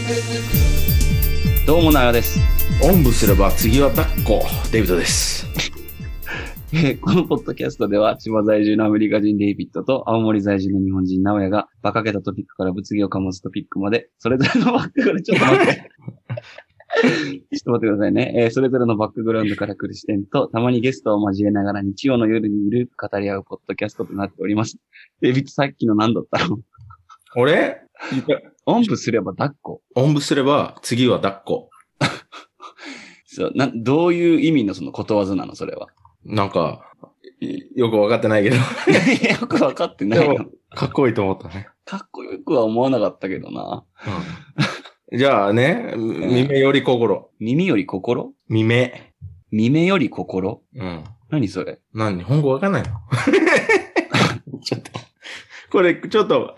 どうも長です。 おんぶすれば次は抱っこ、デイビッドです。 このポッドキャストでは千葉在住のアメリカ人デイビッドと青森在住の日本人直哉が馬鹿げたトピックから物議を醸すトピックまでそれぞれのバックグラウンド、ちょっと待って。ちょっと待ってくださいね。それぞれのバックグラウンドから来る視点と、たまにゲストを交えながら日曜の夜にいる語り合うポッドキャストとなっております。デイビッド、さっきの何だったの？ 俺おんぶすれば抱っこ。 おんぶすれば次は抱っこ。 そう、どういう意味のそのことわざなのそれは。 なんか、よくわかってないけど。 よくわかってないの。 かっこいいと思ったね。 かっこよくは思わなかったけどな。 うん、じゃあね、耳より心。 耳より心？耳より心？ うん。 何それ？ 日本語わかんないの？ちょっと。これ、ちょっと、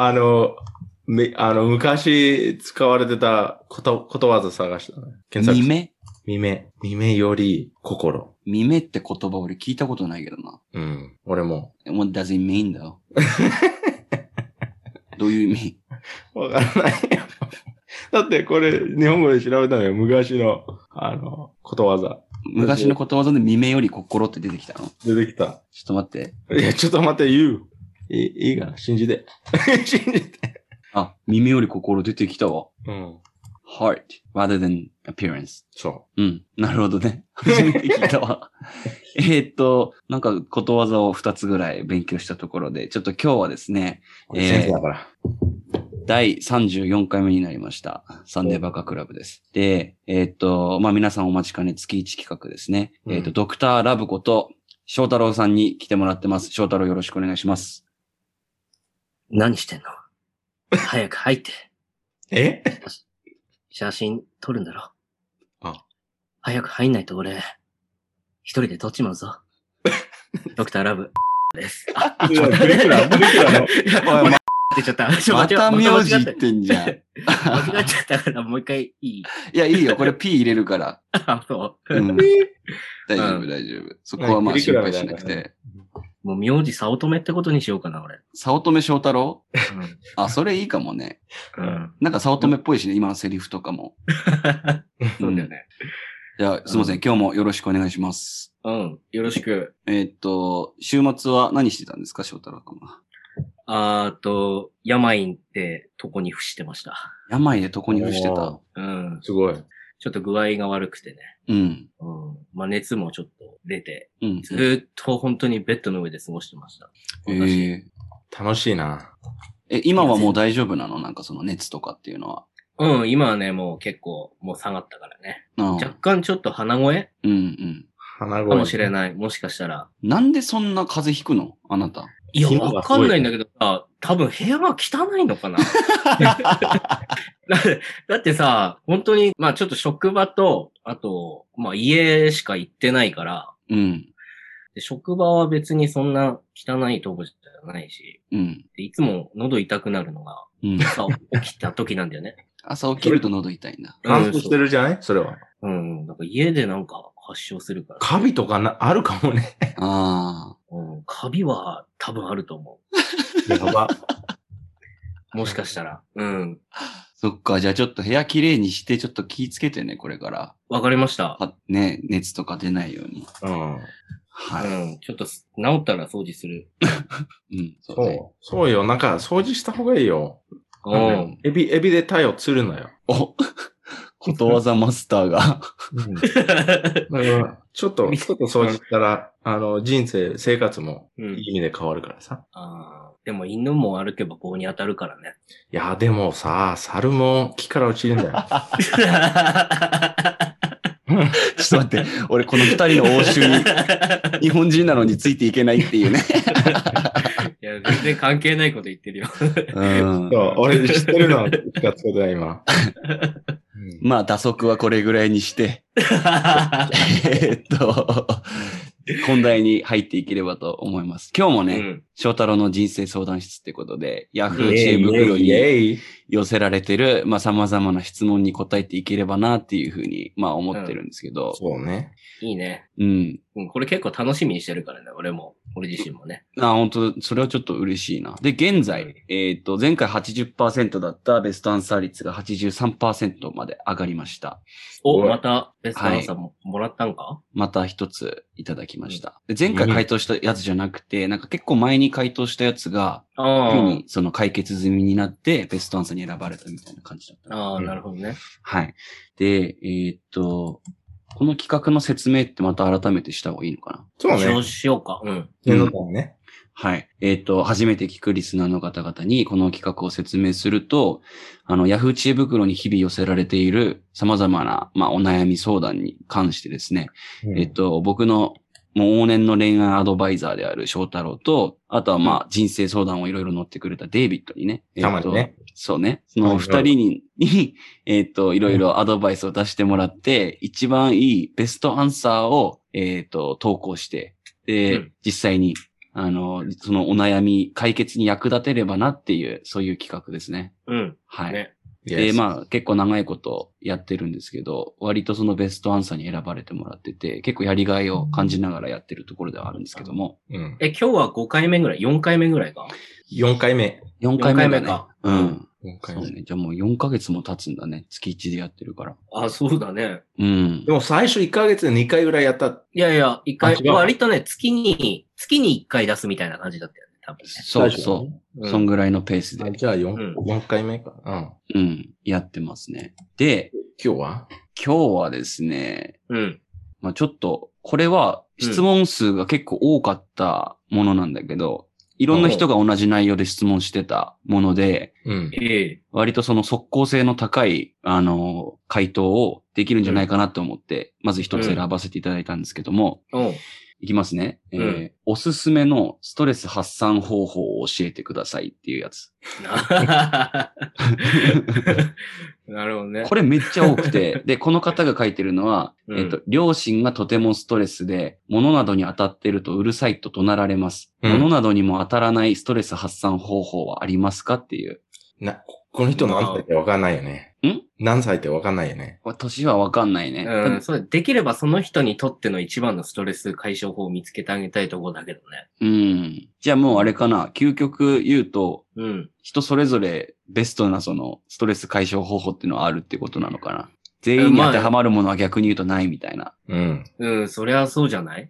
昔使われてたことわざ探したね。検索。耳より心。 耳って言葉俺聞いたことないけどな。 うん。俺も。 What does it mean though? どういう意味？ わからないよ。だってこれ日本語で調べたのよ。昔の、ことわざ。 昔のことわざで耳より心って出てきたの？ 出てきた。 ちょっと待って。 いや、ちょっと待って、言う。いいかな、信じて。信じて。 あ、耳より心出てきたわ。 うん。 heart rather than appearance. そう。 うん。なるほどね。初めて聞いたわ。なんかことわざを2つぐらい勉強したところで、ちょっと今日はですね、 先生だから。 第34回目になりました。サンデーバカクラブです。で、皆さんお待ちかね月1企画ですね。ドクターラブこと、翔太郎さんに来てもらってます。翔太郎よろしくお願いします。 何してんの？早く入って。写真撮るんだろ。 あ。 早く入んないと俺、一人で撮っちまうぞ。ドクターラブです。 ブレクラの。 ってちゃった。 また名字言ってんじゃん。 間違っちゃったからもう一回いい？ いや、いいよ。これ P 入れるから。 あ、そう。 うん、大丈夫。そこはまあ心配しなくて。 もう名字早乙女ってことにしようかな、俺。 早乙女翔太郎？ うん、 あ、それいいかもね。 うん。 なんか早乙女っぽいしね、今のセリフとかも。 そうだよね。 じゃあ、すいません、今日もよろしくお願いします。 うん、よろしく。 週末は何してたんですか、翔太郎君は。 病ってとこに伏してました。 病でとこに伏してた。 うん。 すごい。 ちょっと具合が悪くてね。 うん。 まあ、熱もちょっと出て、 うん、 ずーっと本当にベッドの上で過ごしてました。 楽しいな。 今はもう大丈夫なの？なんかその熱とかっていうのは。 うん、今はね、もう結構もう下がったからね。若干ちょっと鼻声？ うんうん。 鼻声。 かもしれない。もしかしたら。 なんでそんな風邪ひくの？あなた。 いや、わかんないんだけどさ、多分部屋が汚いのかなだってさ、本当に、まあちょっと職場と、あと、まあ家しか行ってないから、 うん。 で職場は別にそんな汚いとこじゃないし、 うん。 でいつも喉痛くなるのが、朝起きた時なんだよね。 朝起きると喉痛いんだ。 乾燥してるじゃないそれは。 うん。なんか家でなんか発症するから。 カビとかあるかもね。 ああ。 カビは多分あると思う。やば。 もしかしたら。うん。 そっか。じゃあちょっと部屋きれいにして、ちょっと気ぃつけてね、これから。 わかりました。 ね、熱とか出ないように。 うん。 はい。うん。ちょっと治ったら掃除する。 うん。 そうよ。なんか掃除した方がいいよ。エビでタを釣るのよ。 おことわざマスターが。 ちょっと掃除したら、生活もいい意味で変わるからさ。 でも犬も歩けば棒に当たるからね。 いや、でもさ、猿も木から落ちるんだよ。 ちょっと待って、俺この二人の応酬に日本人なのについていけないっていうね。 いや、全然関係ないこと言ってるよ。 そう、俺知ってるの使ってた今。 まあ、打足はこれぐらいにして、本題に入っていければと思います。今日もね、翔太郎の人生相談室ってことで、ヤフー知恵袋に寄せられてる、まあ様々な質問に答えていければなっていうふうに、まあ思ってるんですけど。 そうね。 いいね。 うん。 これ結構楽しみにしてるからね、俺自身もね。 本当それはちょっと嬉しいな。で、現在、前回80% だったベストアンサー率が83% まで上がりました。 またベストアンサーもらったんか？ また一ついただきました。で、前回回答したやつじゃなくて、なんか結構前に回答したやつが、急にその解決済みになって、ベストアンサーに選ばれたみたいな感じだった。 なるほどね。 はい。で、この企画の説明ってまた改めてした方がいいのかな？ そうね。 そうしようか。うん。 ね。 はい。初めて聞くリスナーの方々にこの企画を説明すると、ヤフー知恵袋に日々寄せられている様々な、まあ、お悩み相談に関してですね、僕のもう往年の恋愛アドバイザーである翔太郎と、あとはまあ、人生相談をいろいろ乗ってくれたデイビッドにね。 たまにね。 そうね。その二人に、いろいろアドバイスを出してもらって、一番いいベストアンサーを、投稿して、で、実際に、そのお悩み解決に役立てればなっていう、そういう企画ですね。 うん。 はい。 ね。 で、まあ結構長いことやってるんですけど、割とそのベストアンサーに選ばれてもらってて、結構やりがいを感じながらやってるところではあるんですけども。 うん。 今日は5回目ぐらい ?4 回目ぐらいか ?4 回目。 4回目だね。 4回目か。 うん。 4回目。 そうね。じゃあもう4ヶ月も経つんだね。月1でやってるから。 あ、そうだね。 うん。 でも最初1ヶ月で2回ぐらいやった。 いやいや、1回、 違う割とね、月に1回出すみたいな感じだったよね、多分ね。 そうそう。そんぐらいのペースで。 じゃあ4回目か。 うん。やってますね。で、 今日はですね、 うん。 まあちょっと、これは質問数が結構多かったものなんだけど、いろんな人が同じ内容で質問してたもので、割とその即効性の高い、回答をできるんじゃないかなと思って、まず一つ選ばせていただいたんですけども、いきますね。おすすめのストレス発散方法を教えてくださいっていうやつ。 なるほどね。 これめっちゃ多くて、で、この方が書いてるのは、両親がとてもストレスで、物などに当たっているとうるさいと怒鳴られます。物などにも当たらないストレス発散方法はありますかっていう。 この人何歳ってわかんないよね。何歳ってわかんないよね。 年はわかんないね。 できればその人にとっての一番のストレス解消法を見つけてあげたいところだけどね。じゃあもうあれかな、究極言うと、人それぞれベストなそのストレス解消方法っていうのはあるってことなのかな。全員に当てはまるものは逆に言うとないみたいな。 そりゃそうじゃない？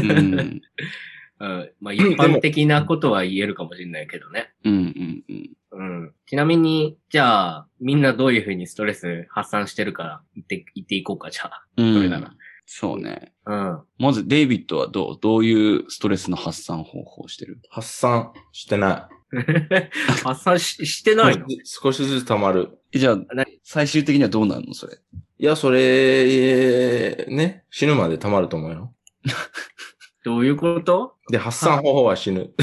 まあ一般的なことは言えるかもしれないけどね。ちなみに、じゃあ、みんなどういうふうにストレス発散してるか言っていこうか、じゃあ。それなら。 そうね。まず、デイビッドはどういうストレスの発散方法をしてる？ 発散してない。 発散してないの？ 少しずつ溜まる。 じゃあ、最終的にはどうなるのそれ？ いや、それ、ね、死ぬまで溜まると思うよ。 どういうこと？ で、発散方法は死ぬ。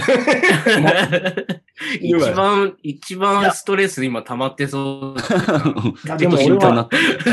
一番ストレス今溜まってそう。 でも俺は、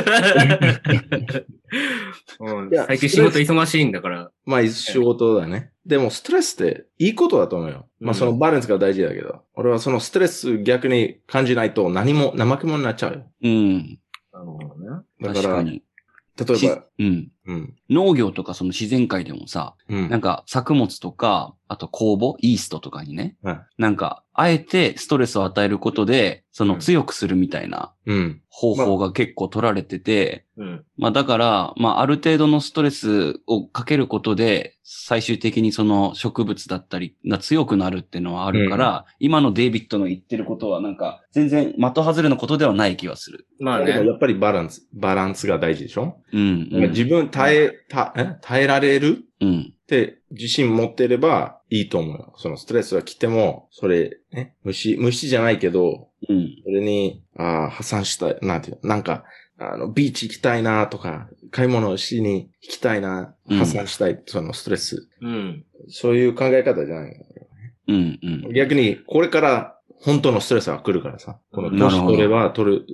最近仕事忙しいんだから。 まあ、仕事だね。でも、ストレスっていいことだと思うよ。まあ、そのバランスが大事だけど。俺はそのストレス逆に感じないと何も怠け者になっちゃうよ。 なるほどね。 だから、例えば、 農業とかその自然界でもさ、なんか作物とか、あと酵母、イーストとかにね、なんか、あえてストレスを与えることで、その強くするみたいな方法が結構取られてて、まあだから、まあある程度のストレスをかけることで、最終的にその植物だったりが強くなるっていうのはあるから、今のデイビッドの言ってることはなんか、全然的外れのことではない気がする。 まあね。やっぱりバランスが大事でしょ？自分耐えられるって自信持ってればいいと思うよ。そのストレスが来ても、それ、ね、虫じゃないけど、それに、発散したい、なんか、ビーチ行きたいなとか、買い物しに行きたいな、発散したい、そのストレス。そういう考え方じゃないの。逆に、これから本当のストレスが来るからさ。この年取れば取る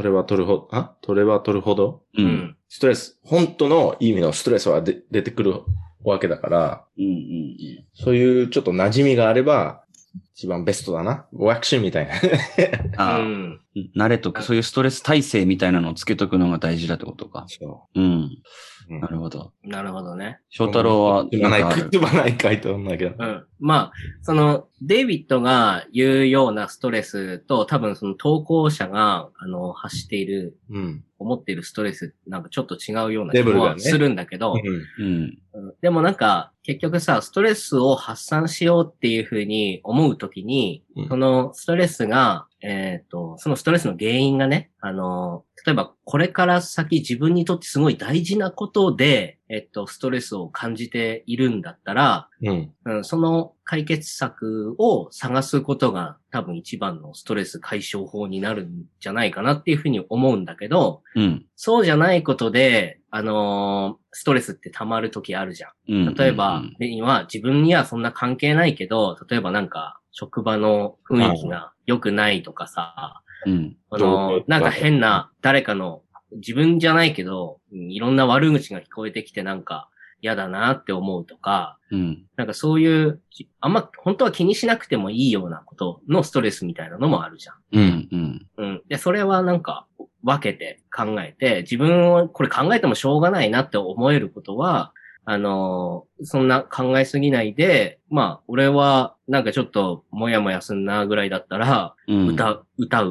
ほど、ストレス、本当の意味のストレスは出てくるわけだから、そういうちょっと馴染みがあれば、 一番ベストだな。ワクチンみたいな。 ああ、慣れとか、そういうストレス耐性みたいなのをつけとくのが大事だってことか。 そう。なるほど。 なるほどね。 翔太郎は言わない回答なんだけど。 まあ、デイビッドが言うようなストレスと、多分その投稿者が、発している、思っているストレス、なんかちょっと違うような気もするんだけど、でもなんか、結局さ、ストレスを発散しようっていうふうに思うときに、そのストレスが、そのストレスの原因がね、例えばこれから先自分にとってすごい大事なことで、ストレスを感じているんだったら、その解決策を探すことが多分一番のストレス解消法になるんじゃないかなっていうふうに思うんだけど、そうじゃないことで、ストレスって溜まるときあるじゃん。例えば、今自分にはそんな関係ないけど、例えばなんか職場の雰囲気が良くないとかさ、なんか変な誰かの自分じゃないけど、いろんな悪口が聞こえてきてなんか嫌だなって思うとか、なんかそういう、あんま本当は気にしなくてもいいようなことのストレスみたいなのもあるじゃん。で、それはなんか分けて考えて、自分をこれ考えてもしょうがないなって思えることは、そんな考えすぎないで、まあ、俺はなんかちょっともやもやすんなぐらいだったら、歌う。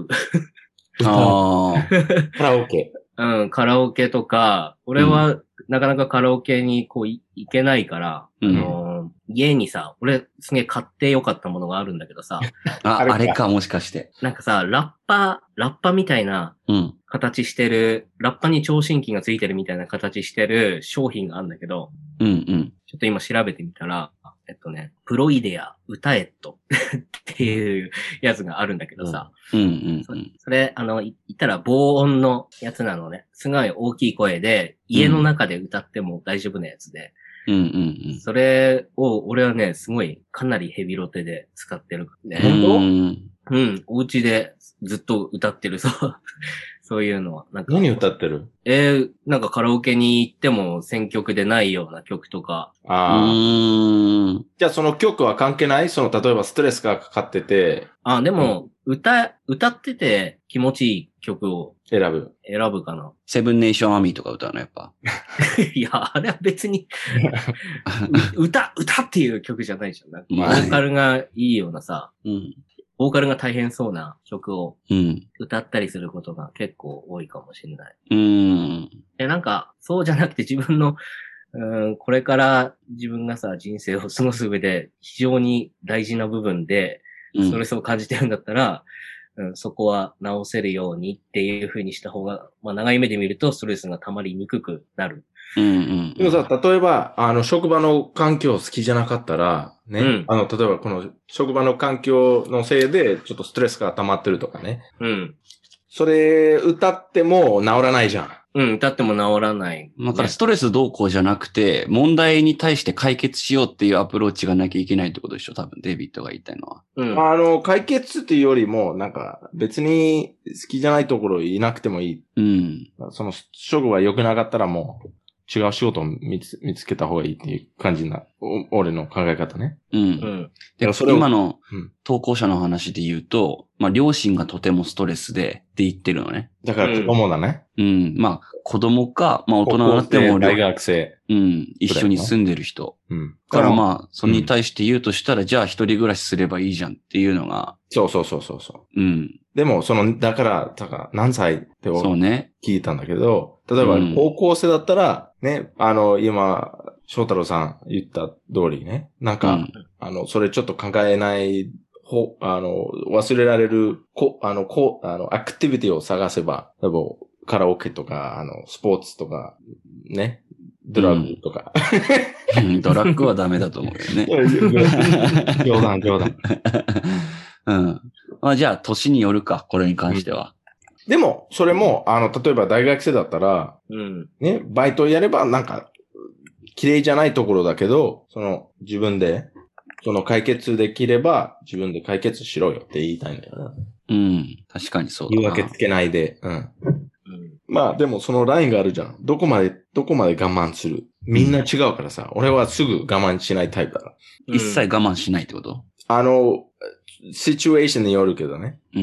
カラオケ。 カラオケとか、俺はなかなかカラオケにこう行けないから、家にさ、俺すげえ買ってよかったものがあるんだけどさ。 あれか、もしかして。 なんかさ、ラッパみたいな形してる、ラッパに聴診器がついてるみたいな形してる商品があるんだけど、ちょっと今調べてみたら、プロイデア歌エットっていうやつがあるんだけどさ、それ、言ったら防音のやつなのね。すごい大きい声で、家の中で歌っても大丈夫なやつで、それを俺はね、すごいかなりヘビロテで使ってるね。お家でずっと歌ってる、そういうのは。 何歌ってる？ なんかカラオケに行っても選曲でないような曲とか。 じゃあその曲は関係ない？例えばストレスがかかってて。 でも、歌ってて気持ちいい曲を選ぶかな。 セブンネーションアーミーとか歌うの、やっぱ。 いや、あれは別に歌っていう曲じゃないじゃん。ボーカルがいいようなさ、ボーカルが大変そうな曲を歌ったりすることが結構多いかもしれない。なんか、そうじゃなくて自分の、これから自分がさ、人生を過ごす上で非常に大事な部分で、ストレスを感じてるんだったら、そこは直せるようにっていう風にした方が、まあ長い目で見るとストレスが溜まりにくくなる。 でもさ、例えば、職場の環境好きじゃなかったら、ね、例えばこの職場の環境のせいで、ちょっとストレスが溜まってるとかね。それ、歌っても治らないじゃん。 歌っても治らない。 だからストレスどうこうじゃなくて、問題に対して解決しようっていうアプローチがなきゃいけないってことでしょ、多分、デイビッドが言いたいのは。解決っていうよりも、なんか、別に好きじゃないところいなくてもいい。その、職が良くなかったらもう、違う仕事を見つけた方がいいっていう感じな、俺の考え方ね。 で、今の投稿者の話で言うと、まあ、両親がとてもストレスで言ってるのね。 だから子供だね。 まあ、子供か、まあ、大人になっても、 大学生。 一緒に住んでる人。からまあ、それに対して言うとしたら、じゃあ一人暮らしすればいいじゃんっていうのが。 そう。でも、だから、何歳って聞いたんだけど、例えば、高校生だったら、ね、今、翔太郎さん言った通りね、なんか、それちょっと考えない忘れられる、アクティビティを探せば、例えば、カラオケとか、スポーツとか、ね、ドラッグとか。 ドラッグはダメだと思うよね。 冗談。 まあ、じゃあ、年によるか、これに関しては。 でも、それも、例えば大学生だったら、ね、バイトやれば、なんか、綺麗じゃないところだけど、自分で、解決できれば、自分で解決しろよって言いたいんだよね。確かにそうだな。 言い訳つけないで。まあ、でもそのラインがあるじゃん。どこまで我慢する。みんな違うからさ、俺はすぐ我慢しないタイプだから。 一切我慢しないってこと？ シチュエーションによるけどね。 うん。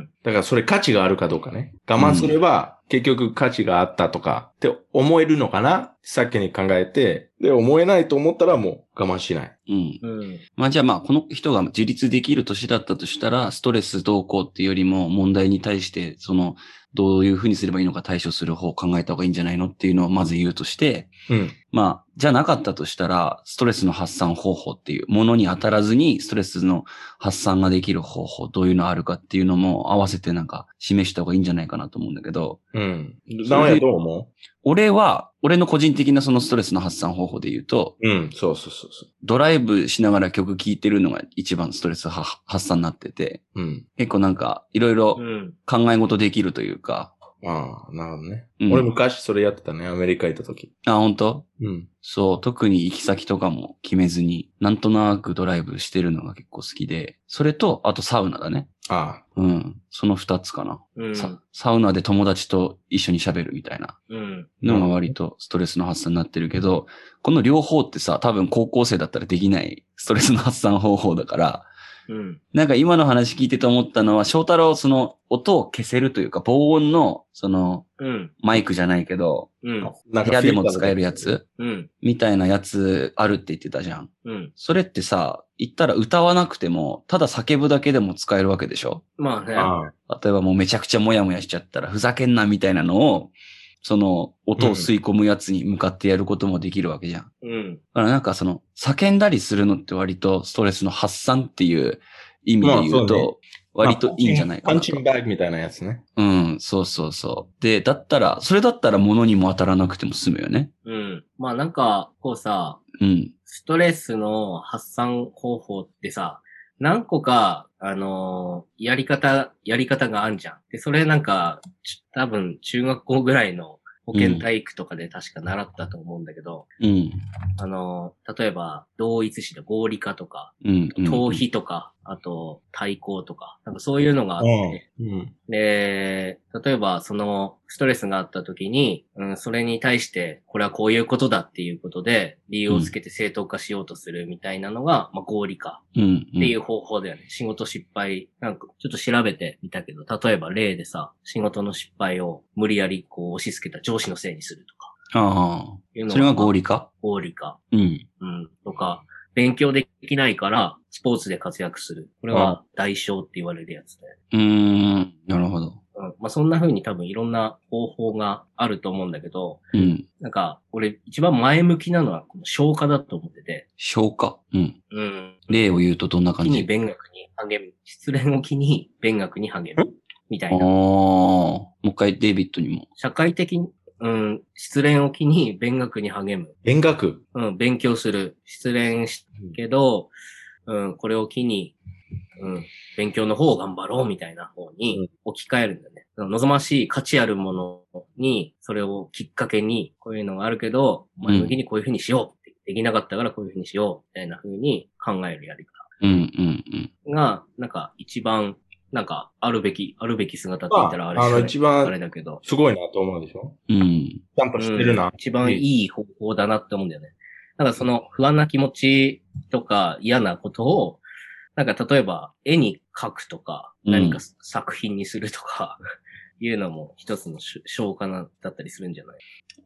だからそれ価値があるかどうかね。我慢すれば、結局価値があったとかって思えるのかな先に考えて、で、思えないと思ったらもう我慢しない。 まあじゃあこの人が自立できる年だったとしたら、ストレスどうこうっていうよりも問題に対して、どういうふうにすればいいのか対処する方を考えた方がいいんじゃないのっていうのをまず言うとして、まあ、じゃなかったとしたら、ストレスの発散方法っていうものに当たらずに、ストレスの発散ができる方法、どういうのあるかっていうのも合わせて示した方がいいんじゃないかなと思うんだけど。 直哉どう思う？ 俺の個人的なそのストレスの発散方法で言うと、 そう。 ドライブしながら曲聴いてるのが一番ストレス発散になってて、結構いろいろ考え事できるというか。 ああ、なるほどね。俺昔それやってたね、アメリカ行った時。 あ、本当？そう、特に行き先とかも決めずに、なんとなくドライブしてるのが結構好きで、それと、あとサウナだね。その二つかな。サウナで友達と一緒に喋るみたいなのが割とストレスの発散になってるけど、この両方ってさ、多分高校生だったらできないストレスの発散方法だから、今の話聞いてて思ったのは、翔太郎音を消せるというか、防音のマイクじゃないけど、部屋でも使えるやつみたいなやつあるって言ってたじゃん。それってさ、言ったら歌わなくても、ただ叫ぶだけでも使えるわけでしょ？ まあね。 例えばもうめちゃくちゃモヤモヤしちゃったら、ふざけんなみたいなのを、音を吸い込むやつに向かってやることもできるわけじゃん。だから叫んだりするのって割とストレスの発散っていう意味で言うと、割といいんじゃないかなと。 パンチンバッグみたいなやつね。 そう。で、それだったら物にも当たらなくても済むよね。 まあこうさ、ストレスの発散方法ってさ、何個か、やり方があんじゃん。で、それ多分中学校ぐらいの保健体育とかで確か習ったと思うんだけど、例えば、同一詞で合理化とか、逃避とか、あと、対抗とか、そういうのがあって、で、例えば、ストレスがあった時に、それに対して、これはこういうことだっていうことで、理由をつけて正当化しようとするみたいなのが、合理化っていう方法だよね。仕事失敗、ちょっと調べてみたけど、例えば例でさ、仕事の失敗を無理やり押し付けた上司のせいにするとか。それが合理化？合理化。とか、勉強できないから、スポーツで活躍する。これは代償って言われるやつで。 なるほど。 そんな風に多分いろんな方法があると思うんだけど、俺一番前向きなのはこの消化だと思ってて。 消化？例を言うとどんな感じ？ 勉学に励む。失恋を機に勉学に励む。みたいな。 もう一回デイビッドにも。 社会的に、失恋を機に勉学に励む。 勉学？ 勉強する。失恋しけど、これを機に、勉強の方を頑張ろうみたいな方に置き換えるんだよね。望ましい価値あるものに、それをきっかけに、こういうのがあるけど、前向きにこういう風にしようって。できなかったからこういう風にしようみたいな風に考えるやり方。が、一番、あるべき姿って言ったら一番、 あれだけど。 すごいなと思うでしょ？ちゃんと知ってるな。 一番いい方法だなって思うんだよね。不安な気持ちとか嫌なことを、例えば絵に描くとか、何か作品にするとか、いうのも一つの消化だったりするんじゃない？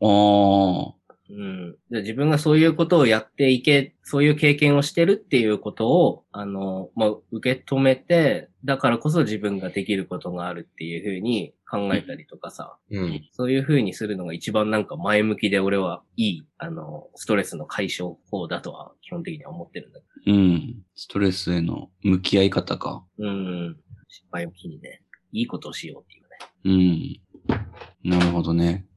自分がそういうことをやっていけ、そういう経験をしてるっていうことを、受け止めて、だからこそ自分ができることがあるっていうふうに考えたりとかさ、そういうふうにするのが一番前向きで俺はいい、ストレスの解消法だとは基本的には思ってるんだけど。 ストレスへの向き合い方か。 失敗を機にね、いいことをしようっていうね。なるほどね。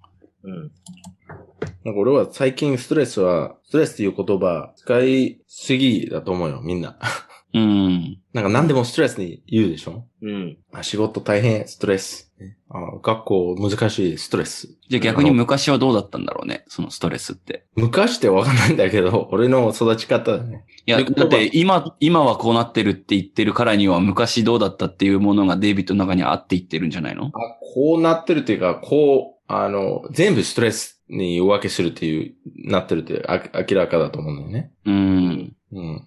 俺は最近ストレスっていう言葉使いすぎだと思うよ、みんな。何でもストレスに言うでしょ？仕事大変、ストレス。学校難しい、ストレス。 じゃあ逆に昔はどうだったんだろうね、そのストレスって。 昔ってわかんないんだけど、俺の育ち方だね。 いや、だって今はこうなってるって言ってるからには昔どうだったっていうものがデイビッドの中にあって言ってるんじゃないの？ こうなってるっていうか、全部ストレスに分けするっていう、なってるって明らかだと思うんだよね。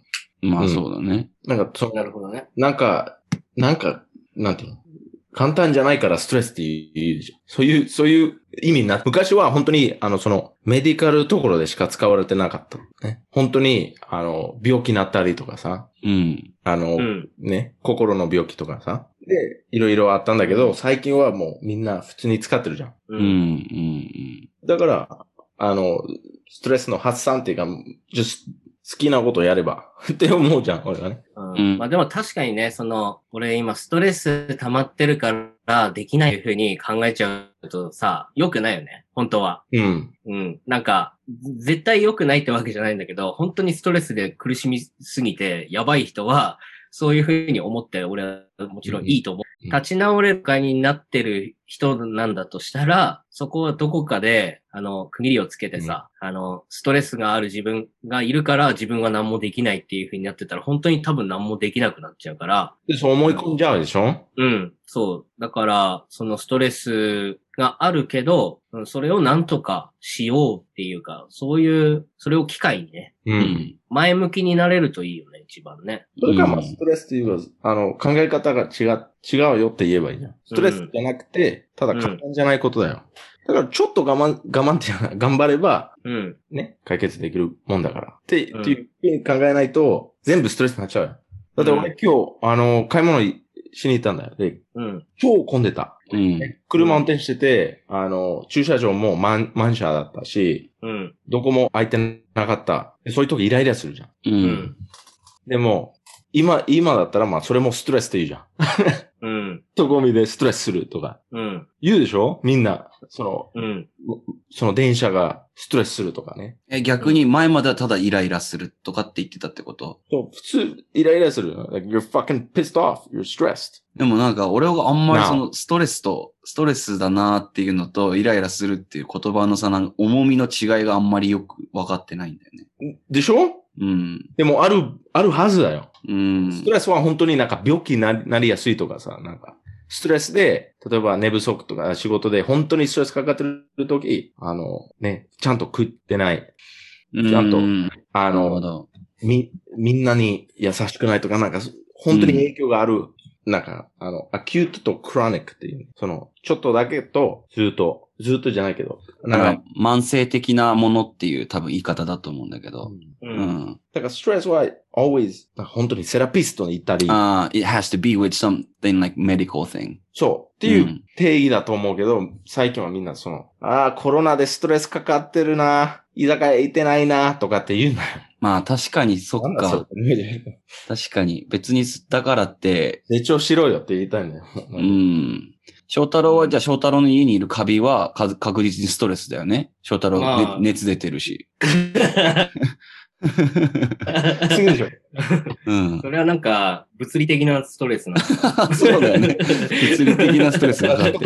まあそうだね。 なるほどね。 なんていうの簡単じゃないからストレスって言うでしょ。そういう意味になって、昔は本当に、メディカルところでしか使われてなかった。ね。本当に、病気になったりとかさ。 うん。 ね、心の病気とかさ。で、いろいろあったんだけど、最近はもうみんな普通に使ってるじゃん。だから、ストレスの発散っていうか、好きなことをやればって思うじゃん、俺はね。 まあでも確かにね、俺今ストレス溜まってるからできない風に考えちゃうとさ、良くないよね、本当は。なんか、絶対良くないってわけじゃないんだけど、本当にストレスで苦しみすぎてやばい人は、そういう風に思って俺はもちろんいいと思う。立ち直れる会になってる人なんだとしたら、そこはどこかで、区切りをつけてさ、ストレスがある自分がいるから自分は何もできないっていう風になってたら、本当に多分何もできなくなっちゃうから。 で、そう思い込んじゃうでしょ？ そう。だから、そのストレスがあるけど、それをなんとかしようっていうか、それを機会にね、前向きになれるといいよね、一番ね。 それか、まあ、ストレスっていうか、考え方が違うよって言えばいいじゃん。ストレスじゃなくて、ただ簡単じゃないことだよ。だから、ちょっと我慢って頑張れば、ね、解決できるもんだから。っていうふうに考えないと、全部ストレスになっちゃうよ。だって俺今日、買い物しに行ったんだよ。で、超混んでた。車運転してて、駐車場も満車だったし、どこも空いてなかった。そういう時イライラするじゃん。でも、今だったら、まあ、それもストレスって言うじゃん。人混みでストレスするとか。言うでしょみんな。その電車がストレスするとかね。 逆に前まではただイライラするとかって言ってたってこと？ そう、普通、イライラする。Like, you're fucking pissed off. You're stressed. でもなんか、俺があんまりストレスだなっていうのと、イライラするっていう言葉の重みの違いがあんまりよく分かってないんだよね。 でしょ？でもあるはずだよ。ストレスは本当になんか病気になりやすいとかさ、なんか、ストレスで、例えば寝不足とか仕事で本当にストレスかかってる時、ちゃんと食ってない。ちゃんと、みんなに優しくないとか、なんか、本当に影響がある。なんか、アキュートとクロニックっていう、ちょっとだけと、ずっとじゃないけど。 なんか、慢性的なものっていう多分言い方だと思うんだけど。 だから、ストレスは always、本当にセラピストに行ったり。 it has to be with something like medical thing. そう。っていう定義だと思うけど、最近はみんなコロナでストレスかかってるな、居酒屋行ってないな、とかって言うんだよ。 まあ確かにそっか。確かに。別に吸ったからって。 成長しろよって言いたいんだよ。 翔太郎は、じゃあ翔太郎の家にいるカビは確実にストレスだよね。翔太郎、熱出てるし。 すぐでしょ。 それはなんか、物理的なストレスなの。そうだよね。物理的なストレスがかかって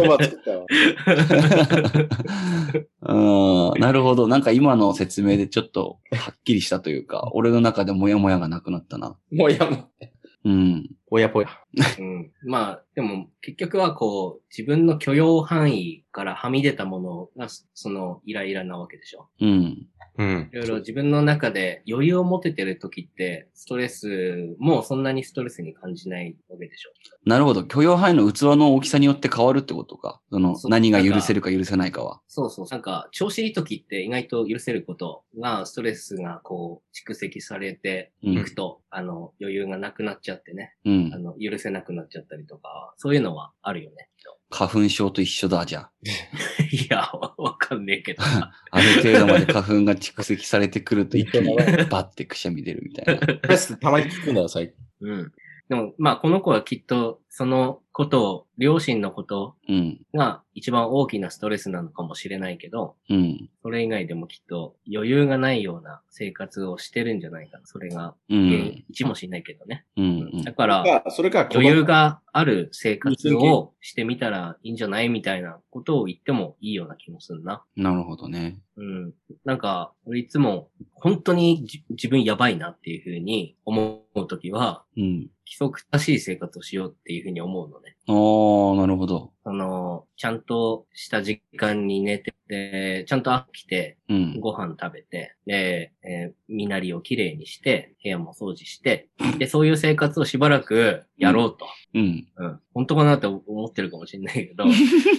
る。なるほど。なんか今の説明でちょっとはっきりしたというか、俺の中でモヤモヤがなくなったな。 モヤモヤ。ぽやぽや。 まあ、でも結局は自分の許容範囲からはみ出たものが、イライラなわけでしょ。いろいろ自分の中で余裕を持ててる時って、ストレスもそんなにストレスに感じないわけでしょ。 なるほど。許容範囲の器の大きさによって変わるってことか。何が許せるか許せないかは。 そう。なんか、調子いい時って意外と許せることが、ストレスが蓄積されていくと、余裕がなくなっちゃってね。許せなくなっちゃったりとか、そういうのはあるよね。 花粉症と一緒だ、じゃあ。 いや、わかんねえけど。 ある程度まで花粉が蓄積されてくると一気にバッてくしゃみ出るみたいな。 たまに聞くんだよ、最近。 でも、まあ、この子はきっと、そのことを、両親のことが一番大きなストレスなのかもしれないけど、それ以外でもきっと余裕がないような生活をしてるんじゃないかな。それが原因、一もしないけどね。だから、余裕がある生活をしてみたらいいんじゃないみたいなことを言ってもいいような気もするな。 なるほどね。 なんか、俺いつも本当に自分やばいなっていうふうに思うときは、規則正しい生活をしようっていうふうに思うのね。 なるほど。 ちゃんとした時間に寝て、で、ちゃんと起きて、ご飯食べて、で、身なりをきれいにして、部屋も掃除して、で、そういう生活をしばらくやろうと。本当かなって思ってるかもしれないけど、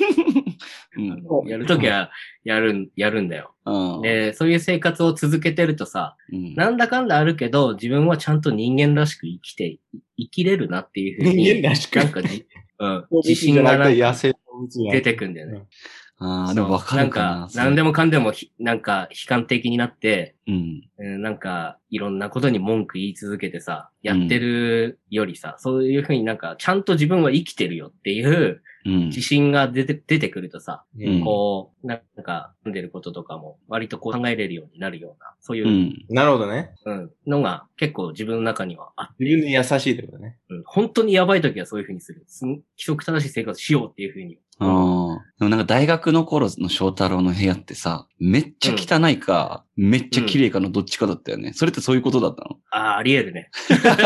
やるときはやるんだよ。で、そういう生活を続けてるとさ、なんだかんだあるけど、自分はちゃんと人間らしく生きれるなっていうふうに、 人間らしくなんか自信がなんか出てくんだよね。 でもわかるかな。 なんか、何でもかんでもなんか悲観的になって、なんか、いろんなことに文句言い続けてさ、やってるよりさ、そういうふうになんか、ちゃんと自分は生きてるよっていう、自信が出てくるとさ、こう、なんか、住んでることとかも、割とこう考えれるようになるような、そういう、 なるほどね。 のが結構自分の中にはあって。 自分に優しいってことね。 本当にやばい時はそういうふうにする。規則正しい生活しようっていうふうに。 でもなんか大学の頃の翔太郎の部屋ってさ、めっちゃ汚いか、めっちゃ綺麗かのどっちかだったよね。それってそういうことだったの？ あり得るね。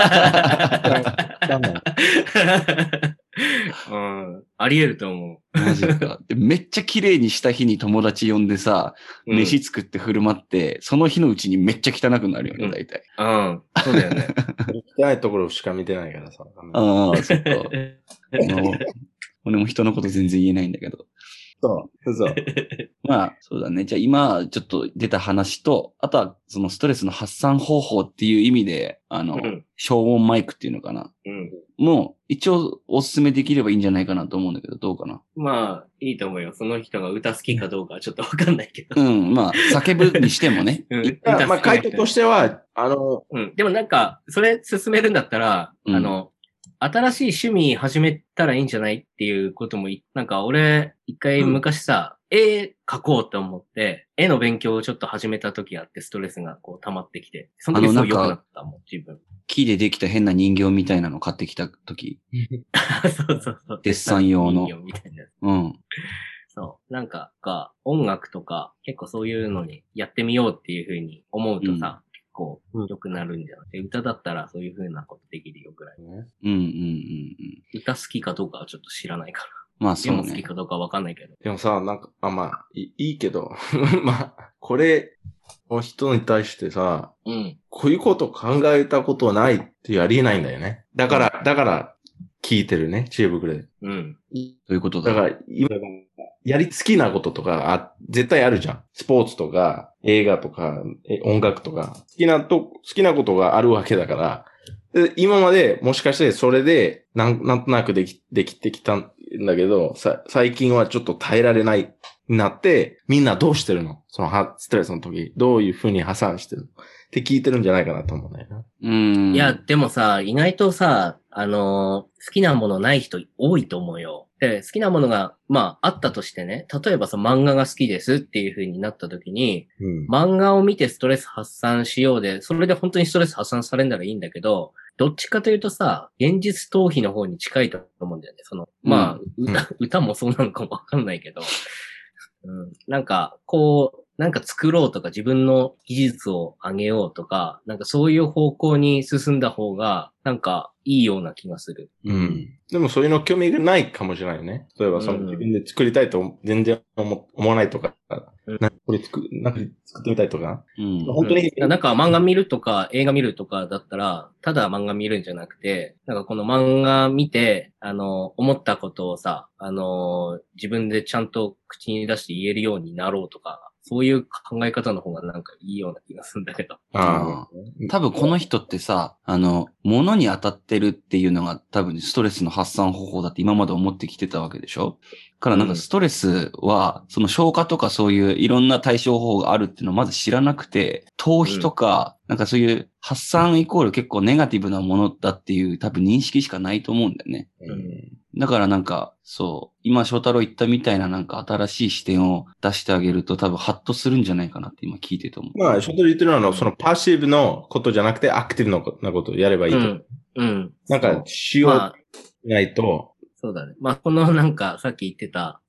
あり得ると思う。 マジか。でめっちゃ綺麗にした日に友達呼んでさ、飯作って振る舞って、その日のうちにめっちゃ汚くなるよね、大体。 そうだよね。 汚いところしか見てないからさ。 そっか。俺も人のこと全然言えないんだけど。 そう。 まあ、そうだね。じゃあ今、ちょっと出た話と、あとは、そのストレスの発散方法っていう意味で、消音マイクっていうのかな。もう、一応おすすめできればいいんじゃないかなと思うんだけど、どうかな。 まあ、いいと思うよ。その人が歌好きかどうかはちょっとわかんないけど。 まあ、叫ぶにしてもね。 まあ、回答としては、 でもなんか、それ進めるんだったら、新しい趣味始めたらいいんじゃないっていうことも、なんか俺、一回昔さ、絵描こうと思って、絵の勉強をちょっと始めた時あって、ストレスがこう溜まってきて、その時すごい良くなったもん、自分。 木でできた変な人形みたいなの買ってきた時。 そう。 デッサン用の。 人形みたいなやつ。そう。なんか、音楽とか、結構そういうのにやってみようっていう風に思うとさ、こう、良くなるんじゃなくて、歌だったらそういう風なことできるよぐらい。歌好きかどうかはちょっと知らないから。 まあそうね。 好きかどうかわかんないけど。 でもさ、なんか、まあ、いいけど、まあ、これの人に対してさ、こういうこと考えたことないってありえないんだよね。だから、聞いてるね、知恵袋で。 どういうことだ？ だから、今、好きなこととか絶対あるじゃん。スポーツとか、映画とか、音楽とか、好きなことがあるわけだから、で今までもしかしてそれで、なんとなくできてきたんだけど、最近はちょっと耐えられないになって、みんなどうしてるの？そのストレスの時、どういう風に破産してるのって聞いてるんじゃないかなと思うんだよな。 いや、でもさ、意外とさ、好きなものない人多いと思うよ。で、好きなものが、まあ、あったとしてね、例えば漫画が好きですっていう風になった時に、漫画を見てストレス発散しようで、それで本当にストレス発散されるならいいんだけど、どっちかというとさ、現実逃避の方に近いと思うんだよね。まあ、歌もそうなのかもわかんないけど、なんか、なんか作ろうとか自分の技術を上げようとか、なんかそういう方向に進んだ方が、なんかいいような気がする。 でもそういうの興味がないかもしれないよね。例えば自分で作りたいと全然思わないとか、これ作ってみたいとか。本当に。 なんか漫画見るとか映画見るとかだったら、ただ漫画見るんじゃなくて、なんかこの漫画見て、思ったことをさ、自分でちゃんと口に出して言えるようになろうとか、そういう考え方の方がなんかいいような気がするんだけど。 多分この人ってさ、物に当たってるっていうのが多分ストレスの発散方法だって今まで思ってきてたわけでしょ？からなんかストレスは、その消化とかそういういろんな対処法があるっていうのをまず知らなくて、逃避とか、なんかそういう発散イコール結構ネガティブなものだっていう多分認識しかないと思うんだよね。だからなんか、そう、今翔太郎言ったみたいななんか新しい視点を出してあげると多分ハッとするんじゃないかなって今聞いてて思う。 まあ、翔太郎言ってるのはそのパッシブのことじゃなくてアクティブなことをやればいいと。なんか、しようないと。 そうだね。まあ、このなんかさっき言ってた、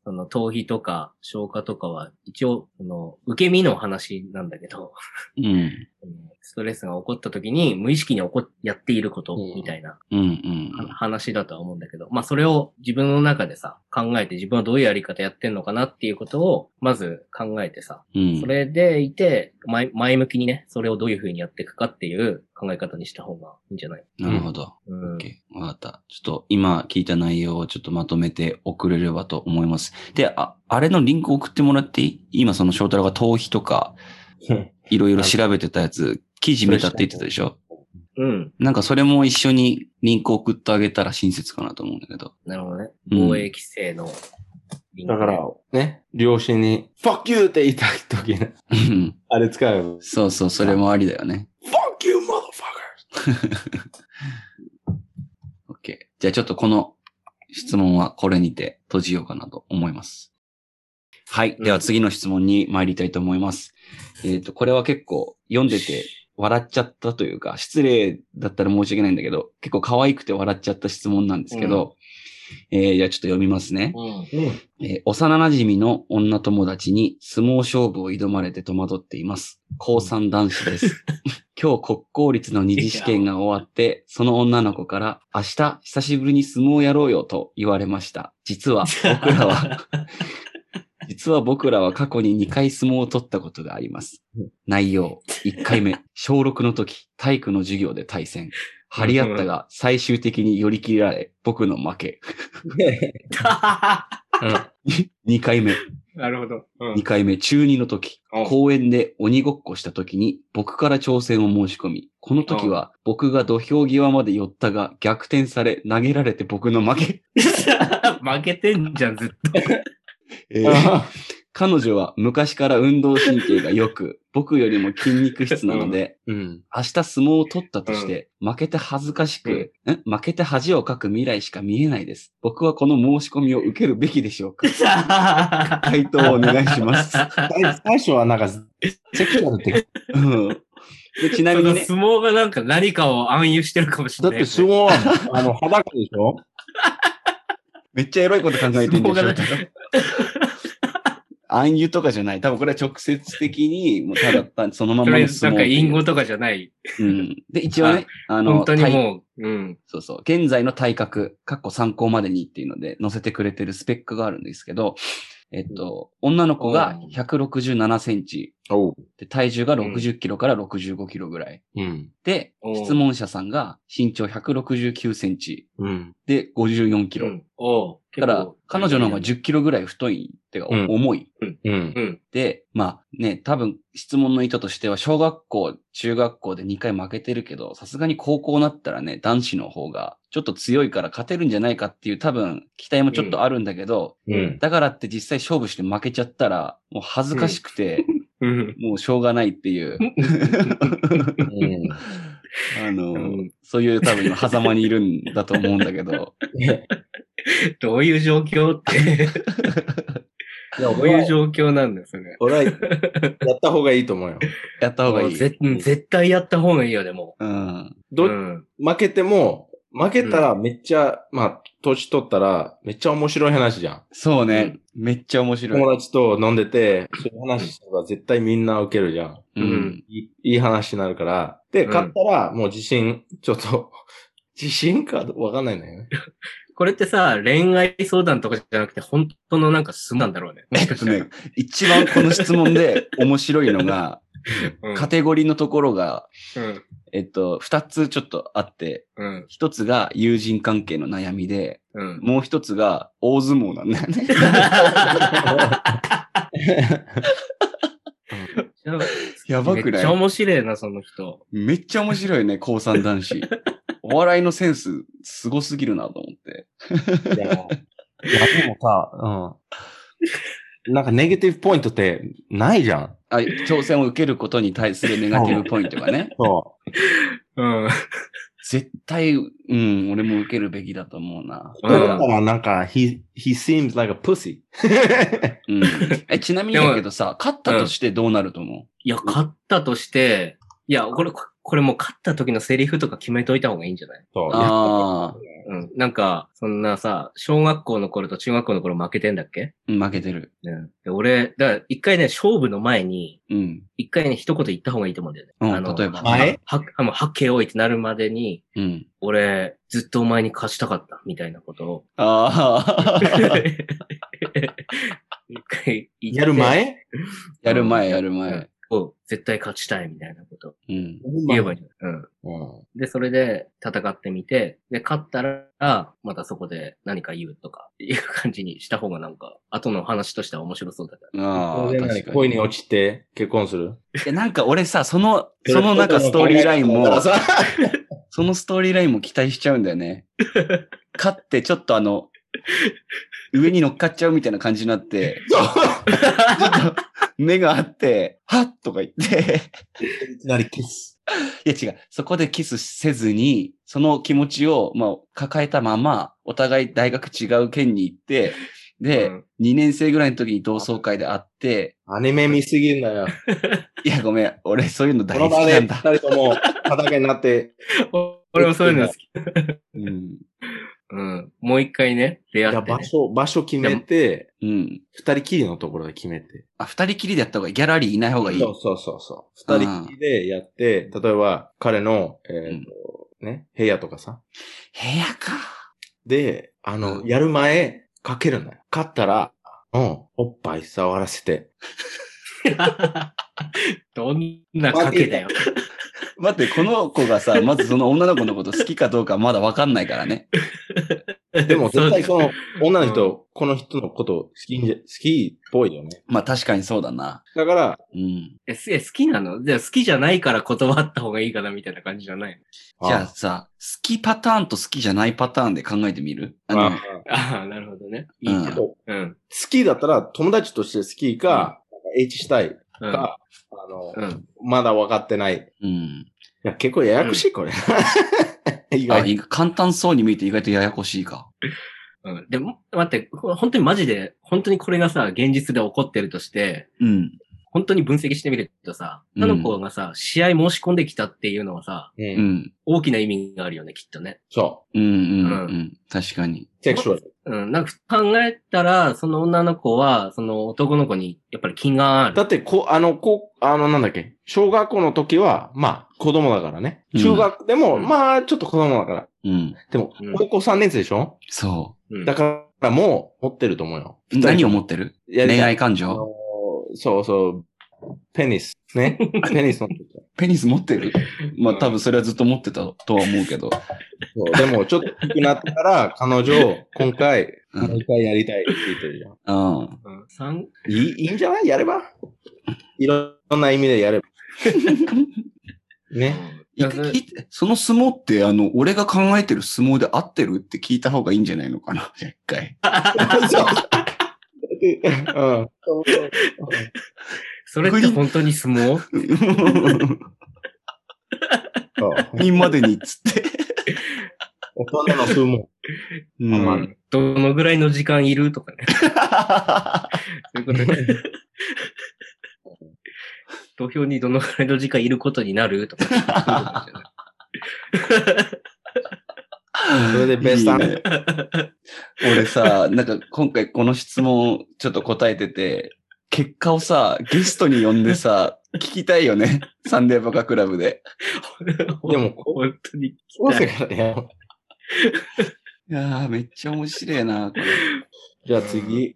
その頭皮とか消化とかは一応、受け身の話なんだけど、 うん。 ストレスが起こった時に無意識にやっていることみたいな話だとは思うんだけど、まあそれを自分の中でさ、考えて自分はどういうやり方やってんのかなっていうことをまず考えてさ、それでいて前向きにね、それをどういう風にやっていくかっていう考え方にした方がいいんじゃない？ なるほど。OK。わかった。ちょっと今聞いた内容をちょっとまとめて送れればと思います。で、あれのリンク送ってもらっていい？今その翔太郎が頭皮とか、いろいろ調べてたやつ、記事見たって言ってたでしょ？ うん。 なんかそれも一緒にリンク送ってあげたら親切かなと思うんだけど。 なるほどね。防衛規制のリンク、 だから、ね、両親に、fuck you って言いたい時ね。あれ使う。 そうそう、それもありだよね。 fuck you, motherfucker! OK。じゃあちょっとこの質問はこれにて閉じようかなと思います。はい。では次の質問に参りたいと思います。これは結構読んでて笑っちゃったというか、失礼だったら申し訳ないんだけど、結構可愛くて笑っちゃった質問なんですけど、じゃあちょっと読みますね。幼馴染の女友達に相撲勝負を挑まれて戸惑っています。高3男子です。今日国公立の二次試験が終わって、その女の子から明日久しぶりに相撲やろうよと言われました。実は僕らは過去に2回相撲を取ったことがあります。内容、1回目、小6の時、体育の授業で対戦。張り合ったが、最終的に寄り切られ、僕の負け。2回目。 なるほど。 2回目、中2の時、公園で鬼ごっこした時に、僕から挑戦を申し込み、この時は僕が土俵際まで寄ったが、逆転され、投げられて僕の負け。 負けてんじゃん、ずっと。 彼女は昔から運動神経が良く、僕よりも筋肉質なので、明日相撲を取ったとして、負けて恥ずかしく、負けて恥をかく未来しか見えないです。僕はこの申し込みを受けるべきでしょうか？回答をお願いします。 最初はなんか、セクシャル的。 でちなみに、ね、 相撲がなんか何かを暗喩してるかもしれない、 だって相撲は、裸でしょ？ めっちゃエロいこと考えてるんでしょ？暗喩とかじゃない。多分これは直接的に、もうただそのままの相撲。 なんか隠語とかじゃない。 で、一応ね、 本当にもう、 そうそう。現在の体格、参考までにっていうので載せてくれてるスペックがあるんですけど、女の子が167センチ。で、体重が60キロから65キロぐらい。で、質問者さんが身長169センチ。で、54キロ。だから、彼女の方が10キロぐらい太いってか、重い。で、まあね、多分質問の意図としては、小学校、中学校で2回負けてるけど、さすがに高校になったらね、男子の方がちょっと強いから勝てるんじゃないかっていう多分期待もちょっとあるんだけど、だからって実際勝負して負けちゃったら、もう恥ずかしくて、もうしょうがないっていう。そういう多分今狭間にいるんだと思うんだけど。 どういう状況って。どういう状況なんだよ、それ。 俺は、やった方がいいと思うよ。 やった方がいい。 絶対やった方がいいよ、でも。 負けても、負けたらめっちゃ、まあ、年取ったらめっちゃ面白い話じゃん。 そうね。めっちゃ面白い。 友達と飲んでて、そういう話したら絶対みんな受けるじゃん。いい話になるから。で、勝ったらもう自信かわかんないんだよね。 これってさ、恋愛相談とかじゃなくて、本当のなんか素なんだろうね。 一番この質問で面白いのが、カテゴリーのところが、二つちょっとあって、一つが友人関係の悩みで、もう一つが大相撲なんだよね。やばくない？ めっちゃ面白いな、その人。 めっちゃ面白いね、高3男子。お笑いのセンス、すごすぎるなと思って。 いや、でもさ、なんかネガティブポイントってないじゃん。 挑戦を受けることに対するネガティブポイントがね。 そう。 絶対、俺も受けるべきだと思うな。 だからなんか、he seems like a pussy. ちなみにだけどさ、勝ったとしてどうなると思う？ いや、勝ったとして、いや、これこれもう勝った時のセリフとか決めといた方がいいんじゃない？ そう。 ああ。 うん。なんか、そんなさ、小学校の頃と中学校の頃負けてんだっけ？ 負けてる。 うん。で俺、だから一回ね、勝負の前に、 うん。 一回ね、一言言った方がいいと思うんだよね。 例えば。 前もう、はっけよいってなるまでに、 うん。 俺、ずっとお前に勝ちたかった、みたいなことを。 ああ。 一回言って。 やる前やる前。 絶対勝ちたいみたいなこと。 うん。 言えばいいんだ。うん。で、それで戦ってみて、で、勝ったら、またそこで何か言うとか、いう感じにした方がなんか、後の話としては面白そうだから。 ああ、確かに。 恋に落ちて結婚する？ なんか俺さ、そのなんかストーリーラインも、そのストーリーラインも期待しちゃうんだよね。勝ってちょっと上に乗っかっちゃうみたいな感じになって、ちょっと目があって、はっとか言って、 いきなりキス。 いや違う、そこでキスせずに、その気持ちを、抱えたまま、お互い大学違う県に行って、で、2年生ぐらいの時に同窓会で会って、 アニメ見すぎんだよ。 いや、ごめん、俺そういうの大好きなんだ。 二人とも畑になって。 俺もそういうの好き。 うん。 うん。もう一回ね、出会って、ね。 場所決めて、 うん。 二人きりのところで決めて。 二人きりでやった方がいい。ギャラリーいない方がいい。 そう。二人きりでやって、例えば彼の、ね、部屋とかさ。 部屋か。 で、やる前、かけるんだよ。勝ったら、おっぱい触らせて。 どんな賭けだよ。 待って、この子がさ、まずその女の子のこと好きかどうかまだわかんないからね。 でも絶対その女の人、この人のこと好きっぽいよね。 まあ確かにそうだな。 だから、 うん。 好きなの？じゃあ好きじゃないから断った方がいいかなみたいな感じじゃないの？ じゃあさ、好きパターンと好きじゃないパターンで考えてみる？ なるほどね。いいけど。 好きだったら友達として好きか、H したいか、まだ分かってない。 うん。いや、結構ややこしい、これ。 簡単そうに見えて意外とややこしいか。 うん。でも、待って、本当にマジで、本当にこれがさ、現実で起こってるとして、 うん。 本当に分析してみるとさ、あの子がさ、試合申し込んできたっていうのはさ、大きな意味があるよね、きっとね。 そう。 確かに。 セクシュアル。 なんか考えたら、その女の子は、その男の子にやっぱり気がある。 だって、なんだっけ、小学校の時は、まあ、子供だからね。中学でも、まあ、ちょっと子供だから。でも、高校3年生でしょ？ そう。 だからもう、持ってると思うよ。 何を持ってる？恋愛感情？ そう。ペニス。ね。ペニス持ってる。 ペニス持ってる？まあ多分それはずっと持ってたとは思うけど。 でもちょっと大きくなったから、彼女、今回、もう一回やりたいって言ってるじゃん。いいんじゃない？やれば。いろんな意味でやれば。ね。 その相撲って、俺が考えてる相撲で合ってるって聞いた方がいいんじゃないのかな？一回。 それって本当に相撲？ みんまでにっつって。 大人の相撲。 どのぐらいの時間いるとかね。そういうことね。投票にどのぐらいの時間いることになるとか。 それでベストアン。 俺さ、なんか今回この質問ちょっと答えてて、結果をさ、ゲストに呼んでさ、聞きたいよね。サンデーバカクラブで。 でも、 本当に聞きたい。 いやー、めっちゃ面白いな、これ。 じゃあ次。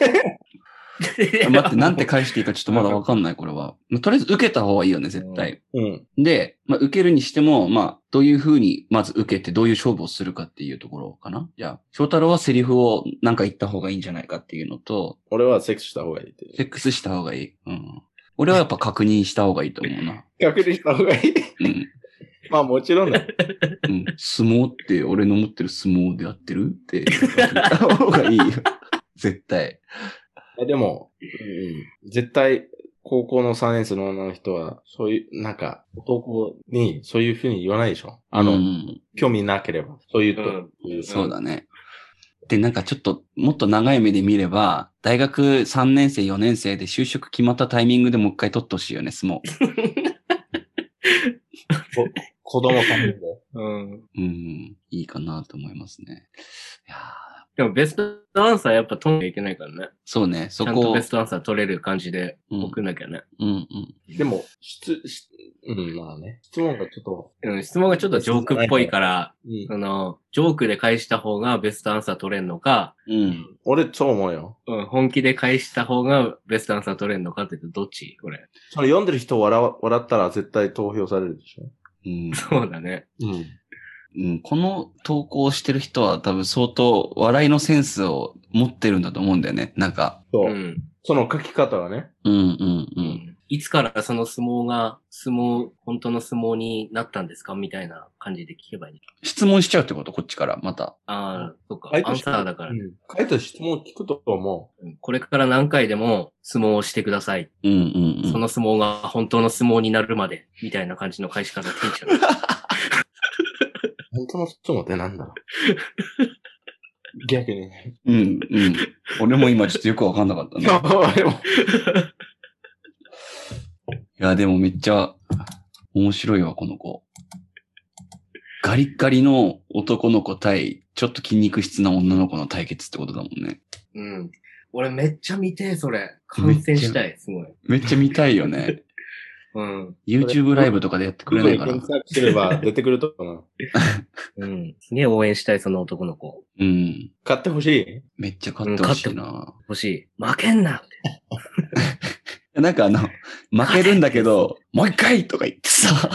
待って、なんて返していいかちょっとまだわかんない、これは。とりあえず受けた方がいいよね、絶対。で、受けるにしても、どういう風にまず受けてどういう勝負をするかっていうところかな。じゃあ、翔太郎はセリフをなんか言った方がいいんじゃないかっていうのと、 俺はセックスした方がいいって。 セックスした方がいい。俺はやっぱ確認した方がいいと思うな。 確認した方がいい。まあもちろんだ。 相撲って俺の持ってる相撲でやってるって言った方がいいよ。絶対。 でも、絶対、高校の3年生の女の人は、そういう、なんか、男にそういうふうに言わないでしょ？興味なければ。そういうと。 そうだね。で、なんかちょっと、もっと長い目で見れば、大学3年生、4年生で就職決まったタイミングでもう一回取ってほしいよね、相撲。 子供さんで。 いいかなと思いますね。いやでもベストアンサーやっぱ取んなきゃいけないからね。 そうね、そこ。 ちゃんとベストアンサー取れる感じで送んなきゃね。 でも、まあね。質問がちょっと。 質問がちょっとジョークっぽいから、ジョークで返した方がベストアンサー取れんのか、 俺そう思うよ。 本気で返した方がベストアンサー取れんのかって言うとどっちこれ。 それ読んでる人笑ったら絶対投票されるでしょ。 そうだね。 この投稿してる人は多分相当笑いのセンスを持ってるんだと思うんだよね。なんか。 そう。その書き方がね。 いつからその本当の相撲になったんですかみたいな感じで聞けばいい。 質問しちゃうってことこっちから、また。 ああ、そっか。アンサーだから。 書いた質問聞くと思う。これから何回でも相撲をしてください。その相撲が本当の相撲になるまで、みたいな感じの返し方聞いちゃう。 本当の相撲ってなんだろう。逆に。 俺も今ちょっとよくわかんなかったね。いや、でもめっちゃ面白いわ、この子。ガリッガリの男の子対、ちょっと筋肉質な女の子の対決ってことだもんね。 俺めっちゃ見てそれ。観戦したい、すごい。 めっちゃ見たいよね。YouTube ライブとかでやってくれないかな。 検索すれば出てくると思う。すげえ応援したい、その男の子。 勝ってほしい？ めっちゃ勝ってほしいな。 欲しい。負けんなって。 なんか負けるんだけど、もう一回とか言ってさ、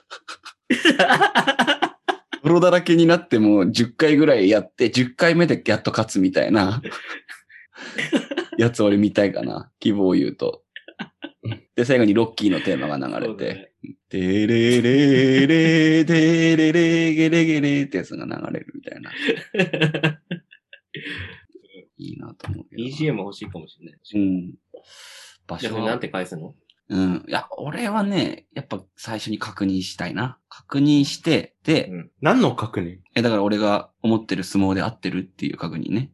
泥だらけになっても10回ぐらいやって、10回目でやっと勝つみたいなやつ俺見たいかな。希望を言うと。で、最後にロッキーのテーマが流れて、テレレレ、テレレゲレゲレってやつが流れるみたいな。いいなと思うけど。 BGM 欲しいかもしれない。場所は。なんて返すの？ いや、俺はね、やっぱ最初に確認したいな。確認して、で、 何の確認？ だから俺が思ってる相撲で合ってるっていう確認ね。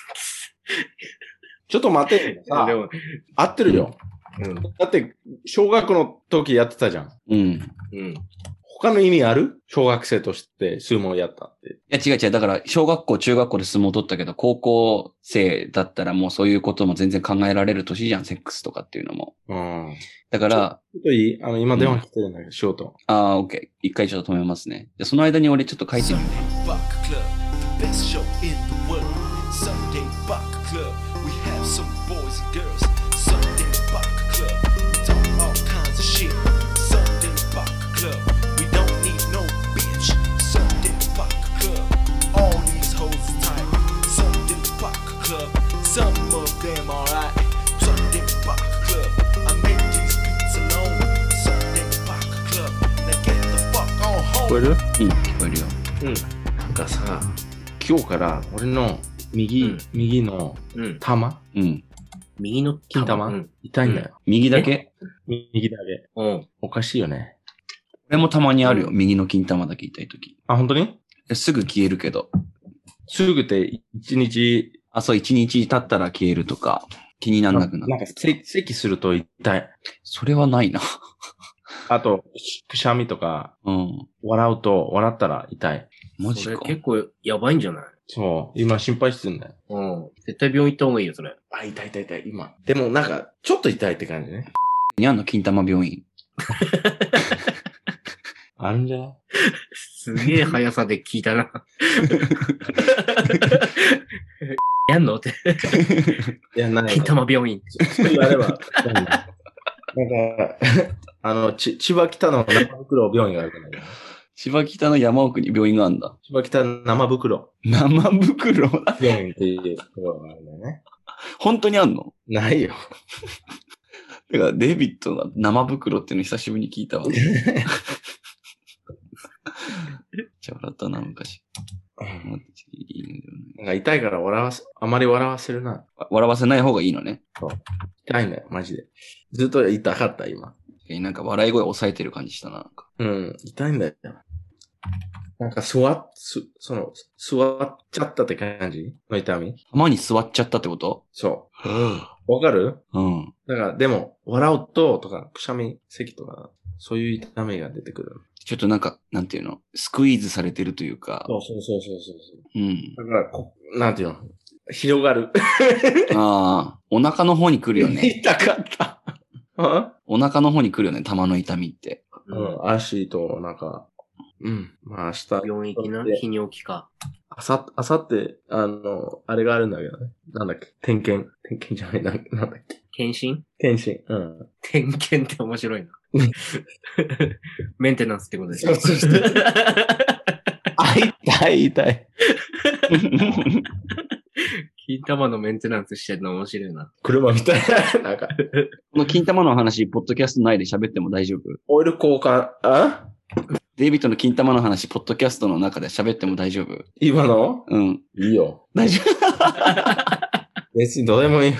ちょっと待て。合ってるよ。だって、小学の時やってたじゃん。他の意味ある？小学生として相撲やったって。 いや、違う。だから、小学校、中学校で相撲取ったけど、高校生だったらもうそういうことも全然考えられる年じゃん、セックスとかっていうのも。だから、 ちょっといい？今電話来てるんだけど、仕事。 オッケー。一回ちょっと止めますね。で、その間に俺ちょっと書いてみる。 聞こえる？ 聞こえるよ。 なんかさ、今日から俺の右の玉、 右の金玉、痛いんだよ。 右だけ？ 右だけ。おかしいよね。 俺もたまにあるよ。右の金玉だけ痛いとき。 あ、本当に？ すぐ消えるけど。 すぐって1日。 そう、1日経ったら消えるとか、気にならなくなる。 なんか、咳すると痛い。 それはないな。 あと、くしゃみとか、笑ったら痛い。 マジか。 それ結構やばいんじゃない？ そう。今心配してるんだよ。 絶対病院行った方がいいよ、それ。 痛い、今。でもなんか、ちょっと痛いって感じね。 にゃんの金玉病院。 あるんじゃない？ すげえ速さで聞いたな。やんのって。 いや、ない。 金玉病院。 あれば。なんか、千葉北の生袋病院があるからね。 千葉北の山奥に病院があるんだ。 千葉北生袋。 生袋病院っていうところがあるんだよね。 本当にあんの？ ないよ。 だからデイビッドが生袋っていうの久しぶりに聞いたわ。めっちゃ笑ったな、昔。 なんか痛いからあまり笑わせるな。 笑わせない方がいいのね。 そう。痛いんだよ、マジで。ずっと痛かった、今。 なんか笑い声抑えてる感じしたな。 痛いんだよ。なんか座っちゃったって感じの痛み。 玉に座っちゃったってこと？ そう。わかる？ だから、でも、笑うと、とか、くしゃみ、咳とか、そういう痛みが出てくる。 ちょっとなんか、なんていうの、スクイーズされてるというか。 そう。 うん。 だからなんていうの、広がる。 ああ、お腹の方に来るよね。 痛かった。 お腹の方に来るよね、玉の痛みって。 足と、なんか、まあ明日。 病院行きな、泌尿器科。 あさって、あれがあるんだけどね。なんだっけ点検じゃない、なんだっけ検診。 点検って面白いな。メンテナンスってことですよ。そう。痛い。 金玉のメンテナンスしてるの面白いな。 車みたいな。なんか。 この金玉の話、ポッドキャスト内で喋っても大丈夫？ オイル交換、 デイビッドの金玉の話、ポッドキャストの中で喋っても大丈夫？ 今の？ うん。 いいよ。 大丈夫？ 別にどうでもいいよ。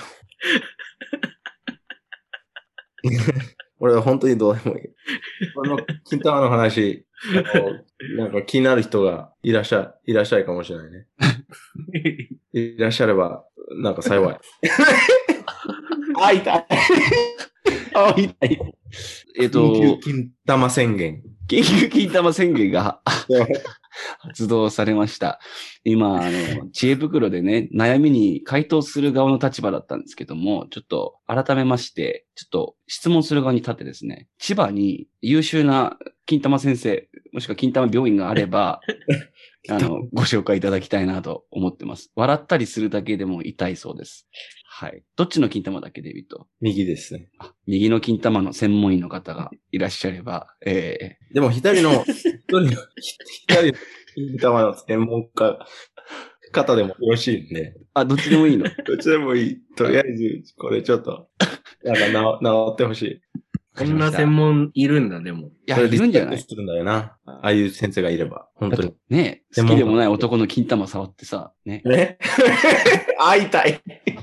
俺は本当にどうでもいい。この金玉の話、なんか気になる人がいらっしゃいかもしれないね。いらっしゃれば、なんか幸い。痛い。痛い。金玉宣言。 緊急金玉宣言が発動されました。今、知恵袋でね、悩みに回答する側の立場だったんですけども、ちょっと改めまして、ちょっと質問する側に立ってですね、千葉に優秀な金玉先生、もしくは金玉病院があれば、ご紹介いただきたいなと思ってます。笑ったりするだけでも痛いそうです。はい。どっちの金玉だっけ、デビット？ 右ですね。 右の金玉の専門医の方がいらっしゃれば、 でも左の金玉の専門方でもよろしいんで。 どっちでもいいの？ どっちでもいい。とりあえず、これちょっと、なんか治ってほしい。 こんな専門いるんだ、でも。 いや、いるんじゃない？ するんだよな。ああいう先生がいれば。本当に。 ねえ、好きでもない男の金玉触ってさ、ね。 痛い。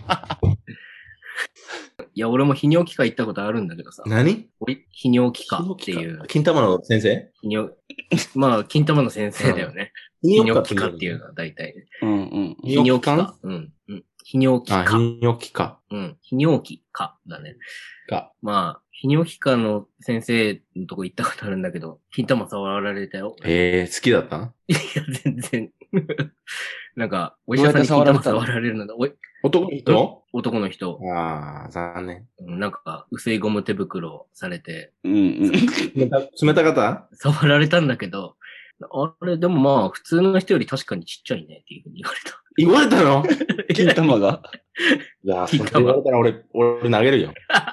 いや、俺も泌尿器科行ったことあるんだけどさ。 何？ 泌尿器科っていう。 金玉の先生？ まあ、金玉の先生だよね。泌尿器科っていうのは大体ね。泌尿器科。泌尿器科。 泌尿器科。 泌尿器科だね。まあ、泌尿器科の先生のとこ行ったことあるんだけど、金玉触られたよ。 好きだった？ いや、全然。なんか、お医者さんに金玉触られるのだ。 男の人？ 男の人。 残念。 なんか、薄いゴム手袋されて。 冷たかった？ 触られたんだけど、あれ、でもまあ、普通の人より確かにちっちゃいねっていうふうに言われたの？ 金玉が？ いや、それ言われたら俺投げるよ。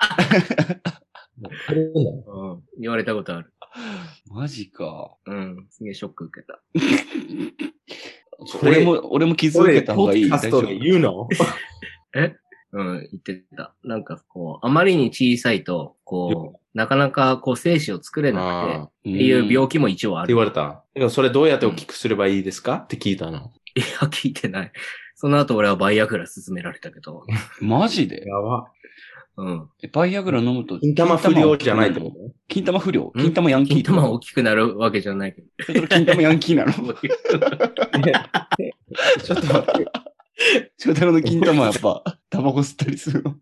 言われたことある。 マジか。 すげえショック受けた。 俺も傷受けた方がいい。 大丈夫。言うの？ 言ってた。なんかこう、あまりに小さいと、こう、なかなかこう精子を作れなくて、っていう病気も一応ある。 言われた。それどうやって大きくすればいいですかって聞いたの。 いや、聞いてない。その後俺はバイアグラ勧められたけど。 マジで？ やば。 バイアグラ飲むと。 金玉不良じゃないってこと？ 金玉不良？金玉ヤンキー？ 金玉大きくなるわけじゃないけど。 金玉ヤンキーなの？ちょっと待って。翔太郎の金玉はやっぱ、タバコ吸ったりするの？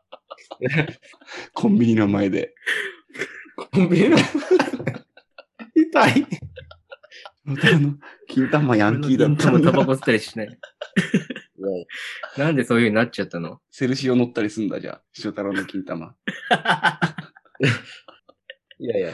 コンビニの前で。 コンビニの痛い。 翔太郎の金玉ヤンキーだった。 金玉タバコ吸ったりしない。なんでそういう風になっちゃったの？ セルシオ乗ったりすんだじゃあ、翔太郎の金玉。 いや。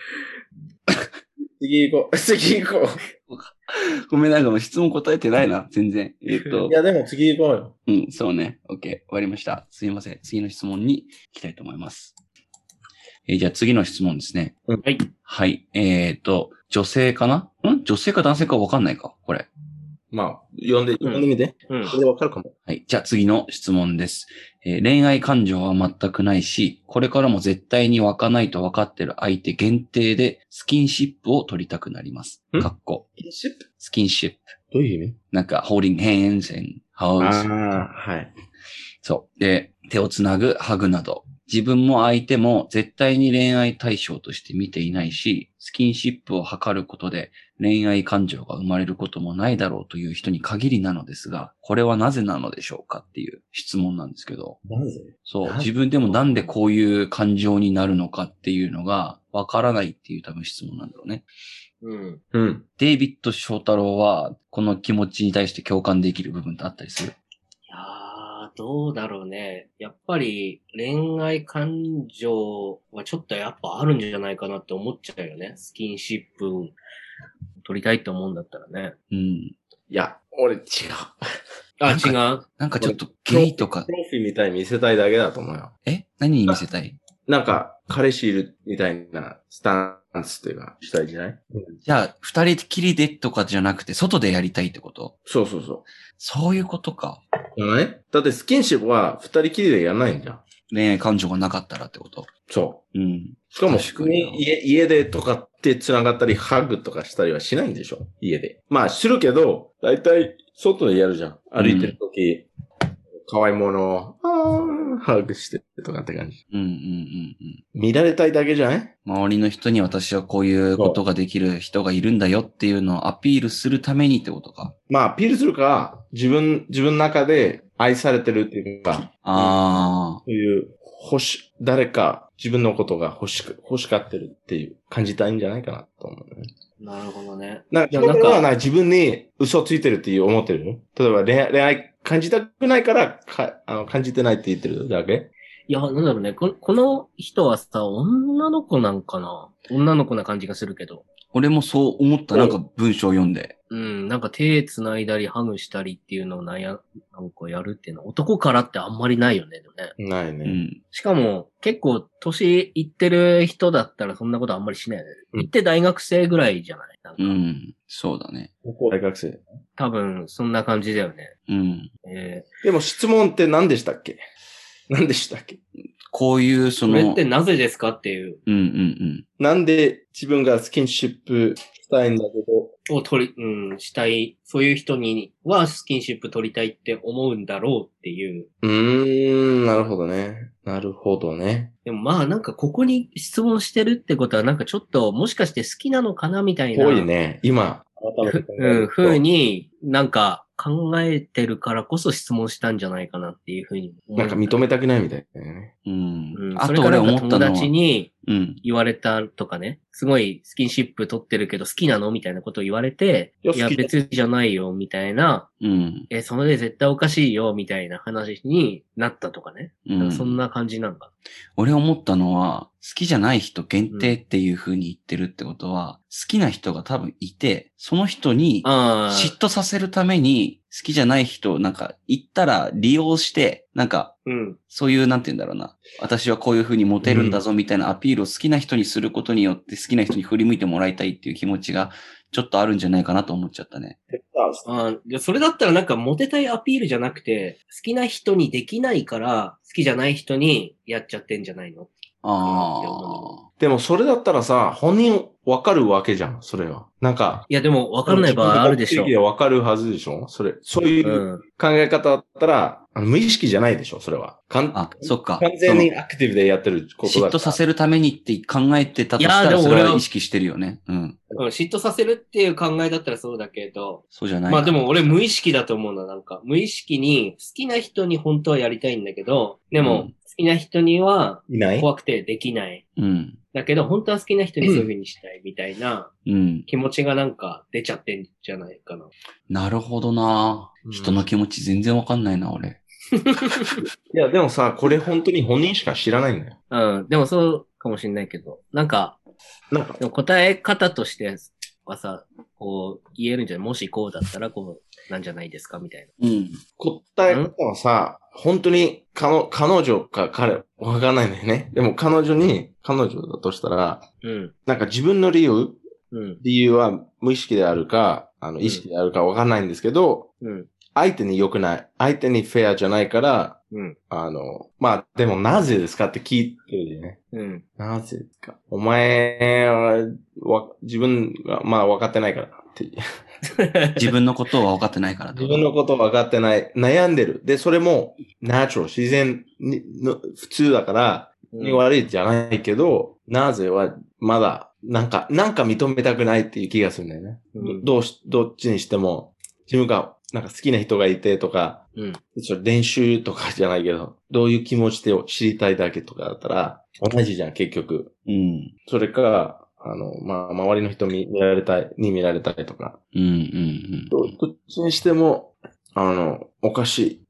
次行こう。 ごめん、なんか質問答えてないな、全然。 いや、でも次行こうよ。そうね。OK。終わりました。すいません。次の質問に行きたいと思います。じゃあ次の質問ですね。 はい。 はい。女性かな？女性か男性か分かんないかこれ。 まあ、読んでみて。それで分かるかも。 はい。じゃあ次の質問です。恋愛感情は全くないし、これからも絶対に湧かないと分かってる相手限定でスキンシップを取りたくなります。スキンシップ。 どういう意味？ なんか、holding hands and hugs。 はい。 そう。で、手をつなぐ、ハグなど。 自分も相手も絶対に恋愛対象として見ていないし、スキンシップを図ることで恋愛感情が生まれることもないだろうという人に限りなのですが、これはなぜなのでしょうかっていう質問なんですけど。 なぜ？ そう、自分でもなんでこういう感情になるのかっていうのがわからないっていう多分質問なんだろうね。 うん。 デイビッド翔太郎はこの気持ちに対して共感できる部分ってあったりする？ どうだろうね。やっぱり恋愛感情はちょっとやっぱあるんじゃないかなって思っちゃうよね。スキンシップ取りたいって思うんだったらね。 いや、俺違う。 違う。 なんかちょっとゲイとか。 プロフィーみたいに見せたいだけだと思うよ。 何に見せたい？ なんか、彼氏いるみたいなスタンスっていうか、したいじゃない？ じゃあ、二人きりでとかじゃなくて、外でやりたいってこと？ そう。 そういうことか。 じゃない？だってスキンシップは二人きりでやらないんじゃん。 恋愛感情がなかったらってこと？ そう。 うん。 しかも、家でとかって繋がったり、ハグとかしたりはしないんでしょ？家で。まあ、するけど、だいたい外でやるじゃん。歩いてるとき、可愛いものを、ハグしてとかって感じ。見られたいだけじゃない？ 周りの人に私はこういうことができる人がいるんだよっていうのをアピールするためにってことか。 まあ、アピールするか、自分の中で愛されてるっていうか、そういう、誰か自分のことが欲しかってるっていう感じたいんじゃないかなと思うね。 なるほどね。 なんか自分に嘘ついてるって思ってる？例えば恋愛感じたくないから感じてないって言ってるだけ？ いや、なんだろうね。この人はさ、女の子なんかな？女の子な感じがするけど。 俺もそう思った。なんか文章を読んで。 なんか手繋いだりハグしたりっていうのをなんかやるっていうのは男からってあんまりないよね。でもね。 ないね。 しかも結構年いってる人だったらそんなことあんまりしないよね。行って大学生ぐらいじゃない？なんかそうだね。 大学生。 多分そんな感じだよね。 でも質問って何でしたっけ？ こういうそれってなぜですかっていう。 なんで自分がスキンシップしたいんだけど。 したい。そういう人にはスキンシップ取りたいって思うんだろうっていう。 なるほどね。 でもまあなんかここに質問してるってことはなんかちょっともしかして好きなのかなみたいな。 多いね。今。 風になんか考えてるからこそ質問したんじゃないかなっていうふうに思う。 なんか認めたくないみたいだよね。 あと俺思ったのは友達に言われたとかね、すごいスキンシップ取ってるけど好きなのみたいなことを言われて、いや別じゃないよみたいな、それで絶対おかしいよみたいな話になったとかね。そんな感じなんか。 俺思ったのは、好きじゃない人限定っていう風に言ってるってことは、好きな人が多分いて、その人に嫉妬させるために、好きじゃない人をなんか言ったら利用して、なんか、そういうなんて言うんだろうな。私はこういう風にモテるんだぞみたいなアピールを好きな人にすることによって好きな人に振り向いてもらいたいっていう気持ちがちょっとあるんじゃないかなと思っちゃったね。 それだったらなんかモテたいアピールじゃなくて、好きな人にできないから好きじゃない人にやっちゃってんじゃないの？ でもそれだったらさ、本人わかるわけじゃん、それは。なんか。 いやでもわかんない場合あるでしょ。 わかるはずでしょ？そういう考え方だったら、無意識じゃないでしょ、それは。 そっか。 完全にアクティブでやってることだから。 嫉妬させるためにって考えてたとしたら、それは意識してるよね。 嫉妬させるっていう考えだったらそうだけど。 そうじゃない。 まあでも俺無意識だと思うな、なんか。無意識に好きな人に本当はやりたいんだけど、でも、好きな人には怖くてできない。だけど、本当は好きな人にそういう風にしたいみたいな気持ちがなんか出ちゃってんじゃないかな。 なるほどな。人の気持ち全然わかんないな、俺。 いや、でもさ、これ本当に本人しか知らないんだよ。 でもそうかもしれないけど、なんかでも答え方としてはさ、こう言えるんじゃない？もしこうだったらこうなんじゃないですかみたいな。 答え方はさ、本当に彼女か彼、わかんないんだよね。でも彼女だとしたら、なんか自分の理由は無意識であるか、意識であるかわかんないんですけど、相手に良くない。相手にフェアじゃないから、まあ、でもなぜですかって聞いてるよね。なぜですか。お前は、自分が、まあ分かってないからって。 自分のことは分かってないから。 自分のことは分かってない。悩んでる。で、それも、natural、自然の、普通だから、 に悪いじゃないけど、なぜはまだ、なんか認めたくないっていう気がするんだよね。どっちにしても、自分がなんか好きな人がいてとか、練習とかじゃないけど、どういう気持ちで知りたいだけとかだったら、同じじゃん、結局。それか、周りの人に見られたいとか。どっちにしても、おかしい。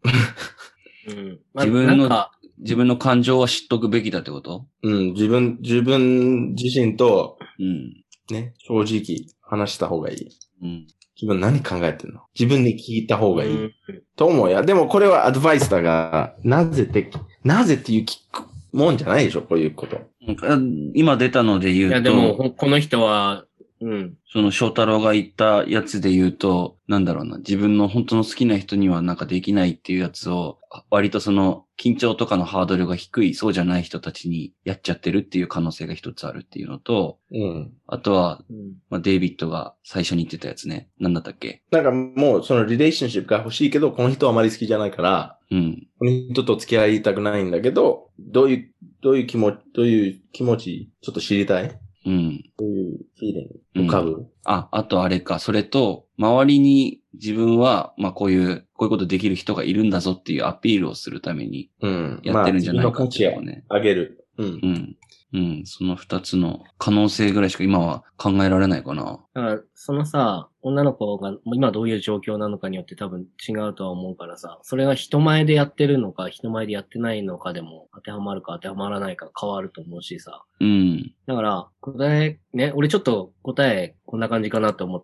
自分の感情は知っとくべきだってこと？ 自分自身と、ね、正直話した方がいい。自分何考えてんの？自分に聞いた方がいい。と思うや。でもこれはアドバイスだが、なぜっていう聞くもんじゃないでしょ、こういうこと。 今出たので言うと。いや、 でも、この人は、 その翔太郎が言ったやつで言うと、なんだろうな、自分の本当の好きな人にはなんかできないっていうやつを、割とその緊張とかのハードルが低い、そうじゃない人たちにやっちゃってるっていう可能性が一つあるっていうのと、あとは、デイビッドが最初に言ってたやつね。なんだったっけ？ なんかもうそのリレーションシップが欲しいけど、この人はあまり好きじゃないから、この人と付き合いたくないんだけど、どういう気持ち、ちょっと知りたい？そういうフィーリング浮かぶ？ あとあれか、それと、周りに自分は、こういうことできる人がいるんだぞっていうアピールをするために、やってるんじゃないかっていうのをね。 あげる。 その二つの可能性ぐらいしか今は考えられないかな。 だから、そのさ、女の子が今どういう状況なのかによって多分違うとは思うからさ、それが人前でやってるのか、人前でやってないのかでも当てはまるか当てはまらないか変わると思うしさ。だから、俺ちょっと答えこんな感じかなと思って、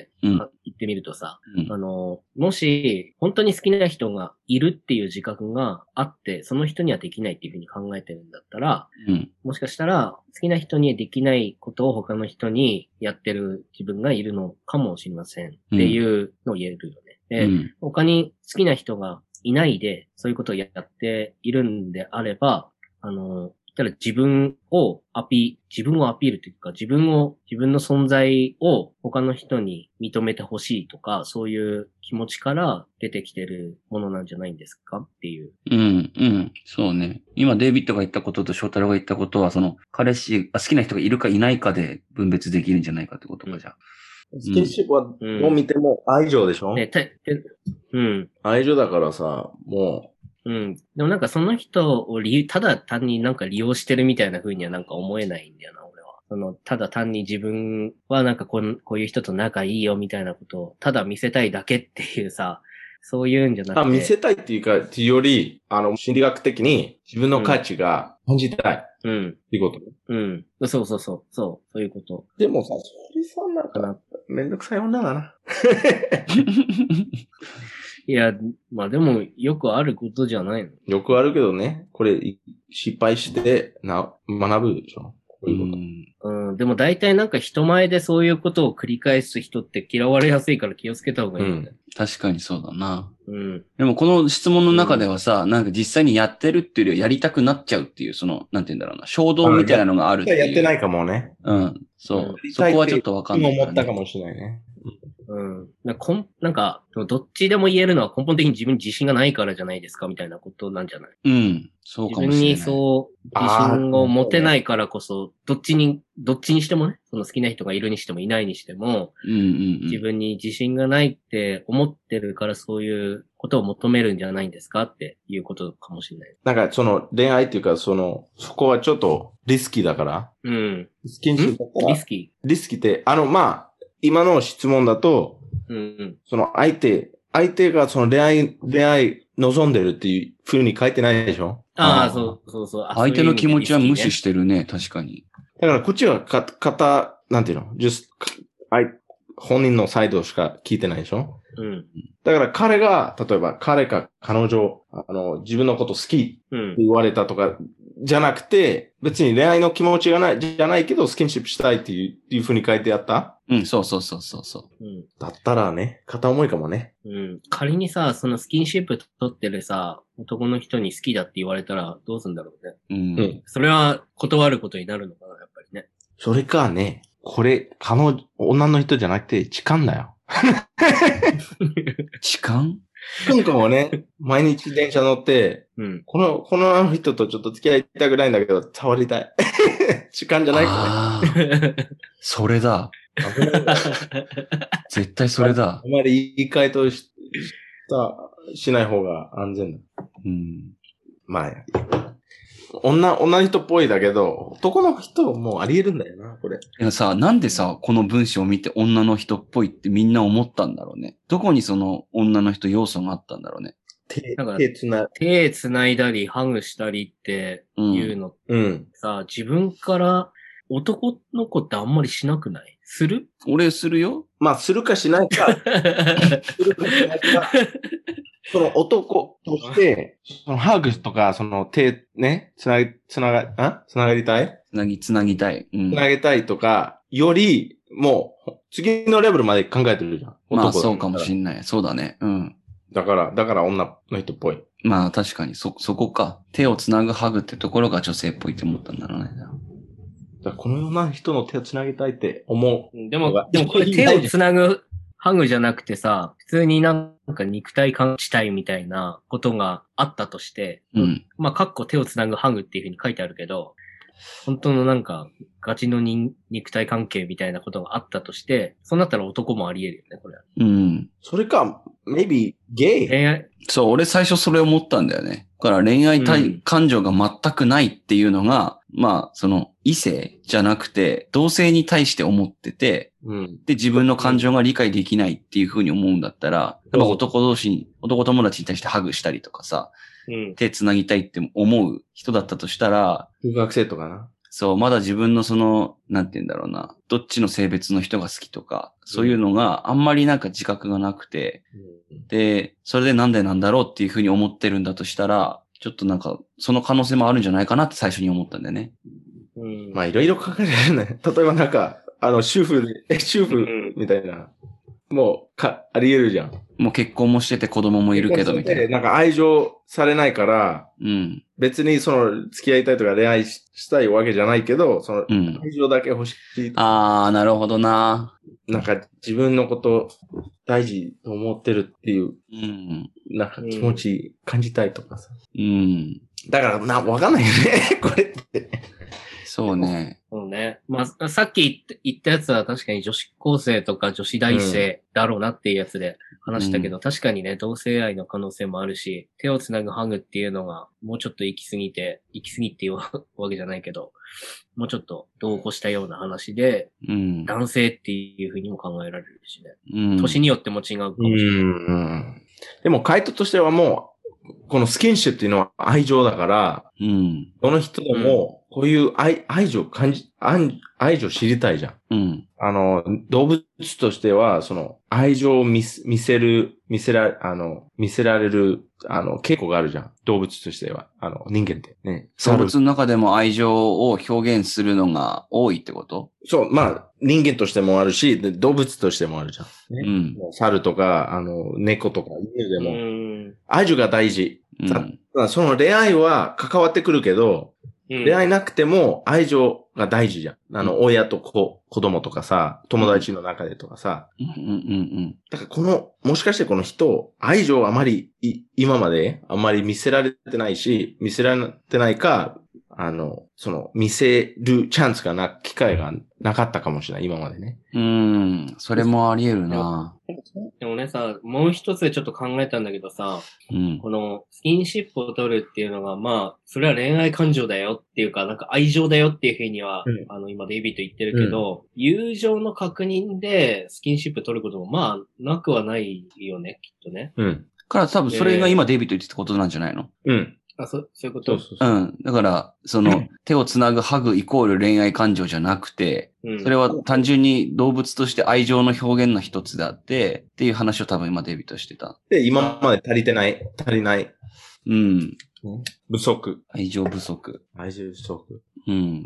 言ってみるとさ、もし本当に好きな人がいるっていう自覚があって、その人にはできないっていうふうに考えてるんだったら、もしかしたら好きな人にできないことを他の人にやってる自分がいるのかもしれませんっていうのを言えるよね。で、他に好きな人がいないでそういうことをやっているんであれば、ただ自分をアピールというか、自分の存在を他の人に認めてほしいとか、そういう気持ちから出てきてるものなんじゃないんですかっていう。 そうね。今デイビッドが言ったことと翔太郎が言ったことは、その好きな人がいるかいないかで分別できるんじゃないかってことかじゃあ。 スキンシップはどう見ても愛情でしょ？愛情だからさ、もう、 でもなんかその人をただ単になんか利用してるみたいな風にはなんか思えないんだよな、俺は。ただ単に自分はなんかこういう人と仲いいよみたいなことをただ見せたいだけっていうさ、そういうんじゃなくて。 見せたいっていうか、より、心理学的に自分の価値が感じたい。っていうこと。 そういうこと。 でもさ、それさ、なんかめんどくさい女だな。 いや、でも、よくあることじゃないの？ よくあるけどね。これ、失敗して学ぶでしょ。こういうこと。でも大体なんか人前でそういうことを繰り返す人って嫌われやすいから気をつけた方がいいんだよ。 確かにそうだな。でもこの質問の中ではさ、なんか実際にやってるっていうよりはやりたくなっちゃうっていう、その、なんて言うんだろうな、衝動みたいなのがあるっていう。 やってないかもね。 そう。そこはちょっとわかんない、 今思ったかもしれないね。 なんか、どっちでも言えるのは根本的に自分に自信がないからじゃないですかみたいなことなんじゃない？ そうかもしれない。 自分に自信を持てないからこそ、どっちにしてもね、その好きな人がいるにしてもいないにしても、自分に自信がないって思ってるからそういうことを求めるんじゃないんですかっていうことかもしれない。 なんかその恋愛っていうかそこはちょっとリスキーだから。スキンシップだったら。リスキーって、今の質問だと、その相手がその恋愛望んでるっていう風に書いてないでしょ？ そう。 相手の気持ちは無視してるね、確かに。 だからこっちはなんていうの？本人のサイドしか聞いてないでしょ？だから例えば彼か彼女、自分のこと好きって言われたとか、じゃなくて、別に恋愛の気持ちがじゃないけど、スキンシップしたいっていう風に書いてあった？ そう。 だったらね、片思いかもね。 仮にさ、そのスキンシップ取ってるさ、男の人に好きだって言われたらどうするんだろうね。それは断ることになるのかな、やっぱりね。 それかね、これ、女の人じゃなくて痴漢だよ。 痴漢？ くんくんもね、毎日電車乗って、うん、この人とちょっと付き合いたくないんだけど、触りたい。時間じゃないからね。 それだ。絶対それだ。 あまり言い換えとしない方が安全だ。うん。まあ、女の人っぽいだけど、男の人もあり得るんだよな、これ。 いやさ、なんでさ、この文章を見て女の人っぽいってみんな思ったんだろうね。どこにその女の人要素があったんだろうね。 手繋いだり、ハグしたりっていうの、うん、さ、自分から男の子ってあんまりしなくない？する？ 俺するよ。 まあ、するかしないか。するかしないか。その男として、そのハグとか、その手、ね、つながりたい？ つなぎたい。 うん。つなげたいとか、より、もう、次のレベルまで考えてるじゃん。 まあ、そうかもしんない。そうだね。うん。 だから女の人っぽい。 まあ、確かに、そこか。手をつなぐハグってところが女性っぽいって思ったんだろうね。 このような人の手をつなげたいって思う。 でもこれ手をつなぐハグじゃなくてさ、普通になんか肉体感知たいみたいなことがあったとして、うん。まあ、かっこ手をつなぐハグっていうふうに書いてあるけど、本当のなんか、ガチの肉体関係みたいなことがあったとして、そうなったら男もあり得るよね、これ。 うん。それか、maybe gay。 恋愛。そう、俺最初それ思ったんだよね。だから恋愛感情が全くないっていうのが、まあ、その異性じゃなくて、同性に対して思ってて、うん、で、自分の感情が理解できないっていうふうに思うんだったら、やっぱ男友達に対してハグしたりとかさ、うん、手繋ぎたいって思う人だったとしたら、 中学生とかな。 そう、まだ自分のその、なんて言うんだろうな、どっちの性別の人が好きとか、そういうのがあんまりなんか自覚がなくて、で、それでなんでなんだろうっていうふうに思ってるんだとしたら、ちょっとなんか、その可能性もあるんじゃないかなって最初に思ったんだよね。 うん、まあ、いろいろ考えられるね。例えばなんか、主婦みたいな。もう、あり得るじゃん。 もう結婚もしてて子供もいるけどみたいな。 なんか愛情されないから、うん。別にその付き合いたいとか恋愛したいわけじゃないけど、その愛情だけ欲しい、 うん。ああ、なるほどな。 なんか自分のこと大事と思ってるっていう、うん。なんか気持ち感じたいとかさ。うん。だからわかんないよね、これって。 そうね。 そうね。まあ、さっき言ったやつは確かに女子高生とか女子大生だろうなっていうやつで話したけど、確かにね、同性愛の可能性もあるし、手をつなぐハグっていうのがもうちょっと行き過ぎっていうわけじゃないけど、もうちょっと同行したような話で、男性っていう風にも考えられるしね。年によっても違うかもしれない。 でも回答としてはもう、このスキンシップっていうのは愛情だから、どの人でも、こういう愛情知りたいじゃん。うん。動物としては、その、愛情を見せられる、傾向があるじゃん。動物としては。人間ってね。 動物の中でも愛情を表現するのが多いってこと？ そう、まあ、人間としてもあるし、動物としてもあるじゃん。ね、うん。猿とか、猫とか、犬でも、愛情が大事。その恋愛は関わってくるけど、恋愛なくても愛情が大事じゃん。親と子供とかさ、友達の中でとかさ。だからもしかしてこの人、愛情あまり、今まであんまり見せられてないし、見せられてないか、見せるチャンスが機会がなかったかもしれない、今までね。 それもあり得るな。 でもねさ、もう一つちょっと考えたんだけどさ、このスキンシップを取るっていうのが、まあ、それは恋愛感情だよっていうか、なんか愛情だよっていうふうには、今デイビッド言ってるけど、友情の確認でスキンシップ取ることもまあ、なくはないよね、きっとね。 から多分それが今デイビッド言ってたことなんじゃないの？ そういうこと？ そう。だから、手をつなぐハグイコール恋愛感情じゃなくて、それは単純に動物として愛情の表現の一つであって、っていう話を多分今デイビッドしてた。 で、今まで足りない。 うん。 不足。 愛情不足。 愛情不足。 うん。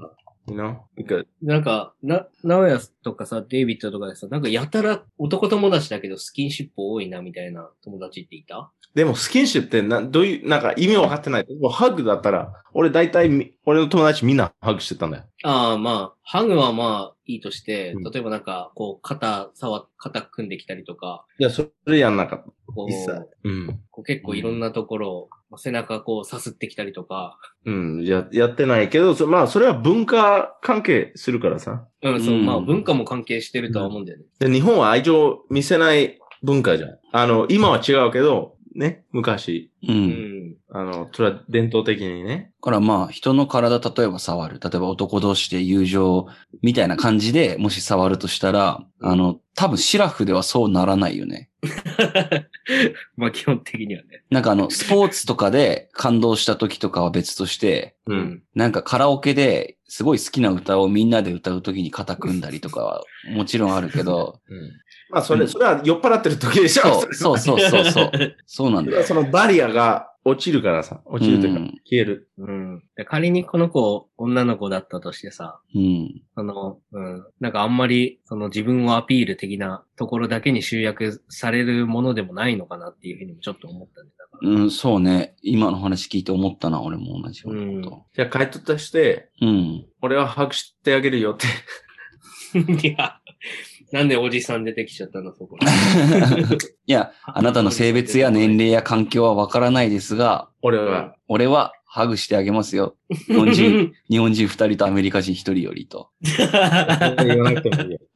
なんか、ナオヤとかさ、デイビッドとかでさ、なんかやたら男友達だけどスキンシップ多いなみたいな友達っていた？ でもスキンシップってどういう、なんか意味分かってない。ハグだったら、俺大体、俺の友達みんなハグしてたんだよ。 ああ、まあ、ハグはまあいいとして、例えばなんか、こう、肩組んできたりとか。 いや、それやんなかった。 こう結構いろんなところを、背中こうさすってきたりとか。 やってないけど、まあ、それは文化関係するからさ。 そう、まあ文化も関係してるとは思うんだよね。 で、日本は愛情見せない文化じゃん。今は違うけど、ね、昔。それは伝統的にね。 だからまあ、人の体例えば触る。例えば男同士で友情みたいな感じでもし触るとしたら、多分シラフではそうならないよね。 まあ基本的にはね。 なんかスポーツとかで感動した時とかは別として、なんかカラオケですごい好きな歌をみんなで歌う時に肩組んだりとかはもちろんあるけど、 まあそれは酔っ払ってる時でしょ。 そう。そうなんだよ。 そのバリアが落ちるからさ。落ちるというか、消える。 仮にこの子、女の子だったとしてさ、なんかあんまり、自分をアピール的なところだけに集約されるものでもないのかなっていうふうにもちょっと思ったんだ。 そうね。今の話聞いて思ったな、俺も同じようなこと。 じゃあ回答として、俺は把握してあげるよって。 いや、なんでおじさん出てきちゃったのそこ。 いや、あなたの性別や年齢や環境はわからないですが、 俺はハグしてあげますよ。日本人2人とアメリカ人1人よりと。 言わなくてもいいよ。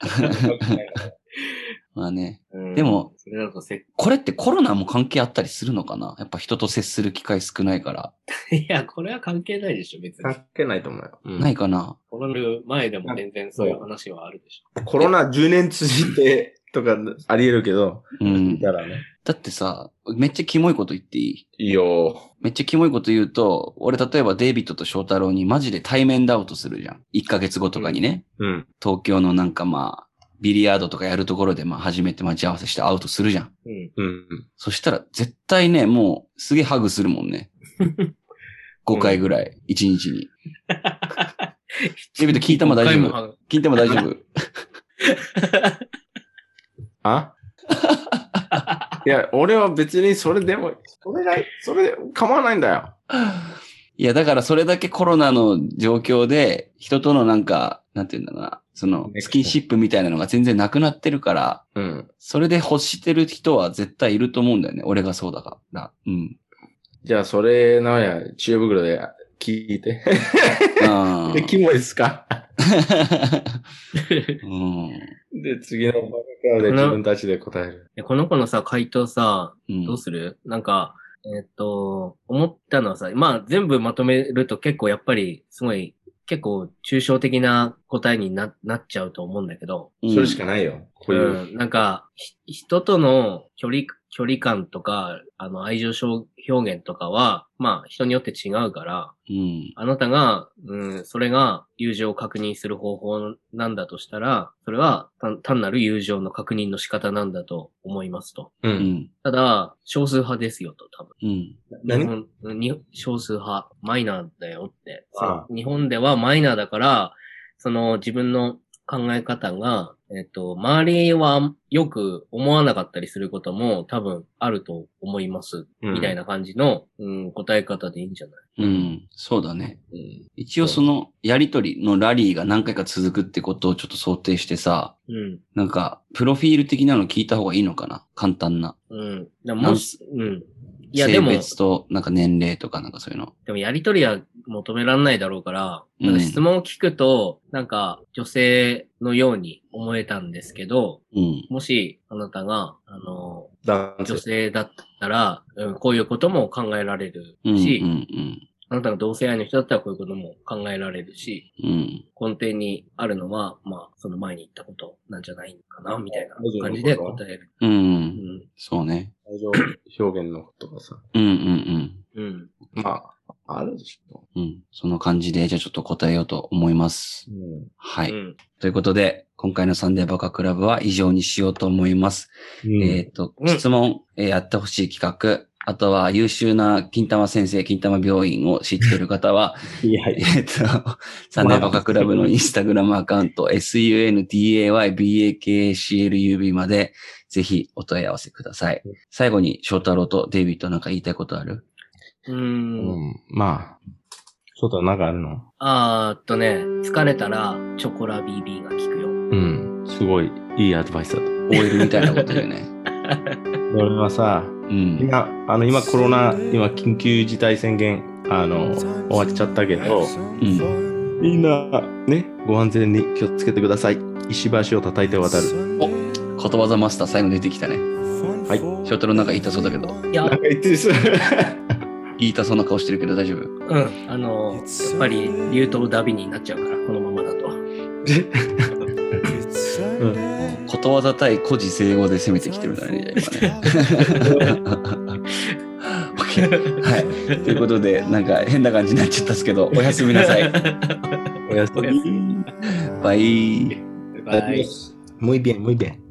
まあね。でも、これってコロナも関係あったりするのかな？やっぱ人と接する機会少ないから。 いや、これは関係ないでしょ、別に。 関係ないと思うよ。 ないかな？ コロナ前でも全然そういう話はあるでしょ。 コロナ10年続いてとかあり得るけど。 だってさ、めっちゃキモいこと言っていい？ いいよ。 めっちゃキモいこと言うと、俺例えばデイビッドと翔太郎にマジで対面で会うとするじゃん。1ヶ月後とかにね。東京のなんかまあ、ビリヤードとかやるところでまあ初めて待ち合わせして会うとするじゃん。そしたら絶対ね、もうすげえハグするもんね。5回ぐらい、1日に。デイビッド聞いても大丈夫？聞いても大丈夫？ あいや、俺は別にそれで構わないんだよ。 いや、だからそれだけコロナの状況で、人とのなんか、なんていうんだろうな、スキンシップみたいなのが全然なくなってるから、それで欲してる人は絶対いると思うんだよね。俺がそうだから。 じゃあ、それ、なんや、知恵袋で聞いて。で、キモいですかで、次のバカで自分たちで答える。 この子のさ、回答さ、どうする？なんか、思ったのはさ、まあ全部まとめると結構やっぱり結構抽象的な答えになっちゃうと思うんだけど。 それしかないよ。 なんか、人との距離感とか、愛情表現とかは、まあ人によって違うから、あなたが、それが友情を確認する方法なんだとしたら、それは単なる友情の確認の仕方なんだと思いますと。ただ、少数派ですよと、多分。少数派、マイナーだよって。日本ではマイナーだから、自分の考え方が、周りはよく思わなかったりすることも多分あると思います。みたいな感じの、答え方でいいんじゃない？ そうだね。一応やりとりのラリーが何回か続くってことをちょっと想定してさ、なんか、プロフィール的なの聞いた方がいいのかな？簡単な。いやでも性別となんか年齢とかなんかそういうの。 でもやりとりは求められないだろうから、なんか質問を聞くと、なんか女性のように思えたんですけど、もしあなたが、女性だったら、こういうことも考えられるし、あなたが同性愛の人だったらこういうことも考えられるし、根底にあるのは、まあ、その前に言ったことなんじゃないかな、みたいな感じで答える。 そうね。 愛情表現のことがさ。 うん。 まあ、 あるでしょ。 うん。その感じで、じゃあちょっと答えようと思います。うん、はい、ということで、今回のサンデーバカクラブは以上にしようと思います。質問、やってほしい企画、あとは優秀な金玉先生、金玉病院を知っている方は、サンデーバカクラブのインスタグラムアカウント、sundaybakclub まで、ぜひお問い合わせください。最後に翔太郎とデイビッドなんか言いたいことある？ まあ、翔太郎なんかあるの？ 疲れたらチョコラ BB が効くよ。 すごいいいアドバイスだと。 OL みたいなこと言うね。 俺はさ、今コロナ、今緊急事態宣言、終わっちゃったけど、みんな、ね、ご安全に気をつけてください。石橋を叩いて渡る。 ことわざマスター最後出てきたね。はい。翔太郎なんか言いたそうだけど。 いや。 なんか言ってる言いたそうな顔してるけど大丈夫？ やっぱり、竜頭ダビになっちゃうから、このままだと。 ことわざ対古事成語で攻めてきてるんだね、今ね。はい。ということで、なんか変な感じになっちゃったんですけど、おやすみなさい。 おやすみ。 バイ。 Muy bien, muy bien.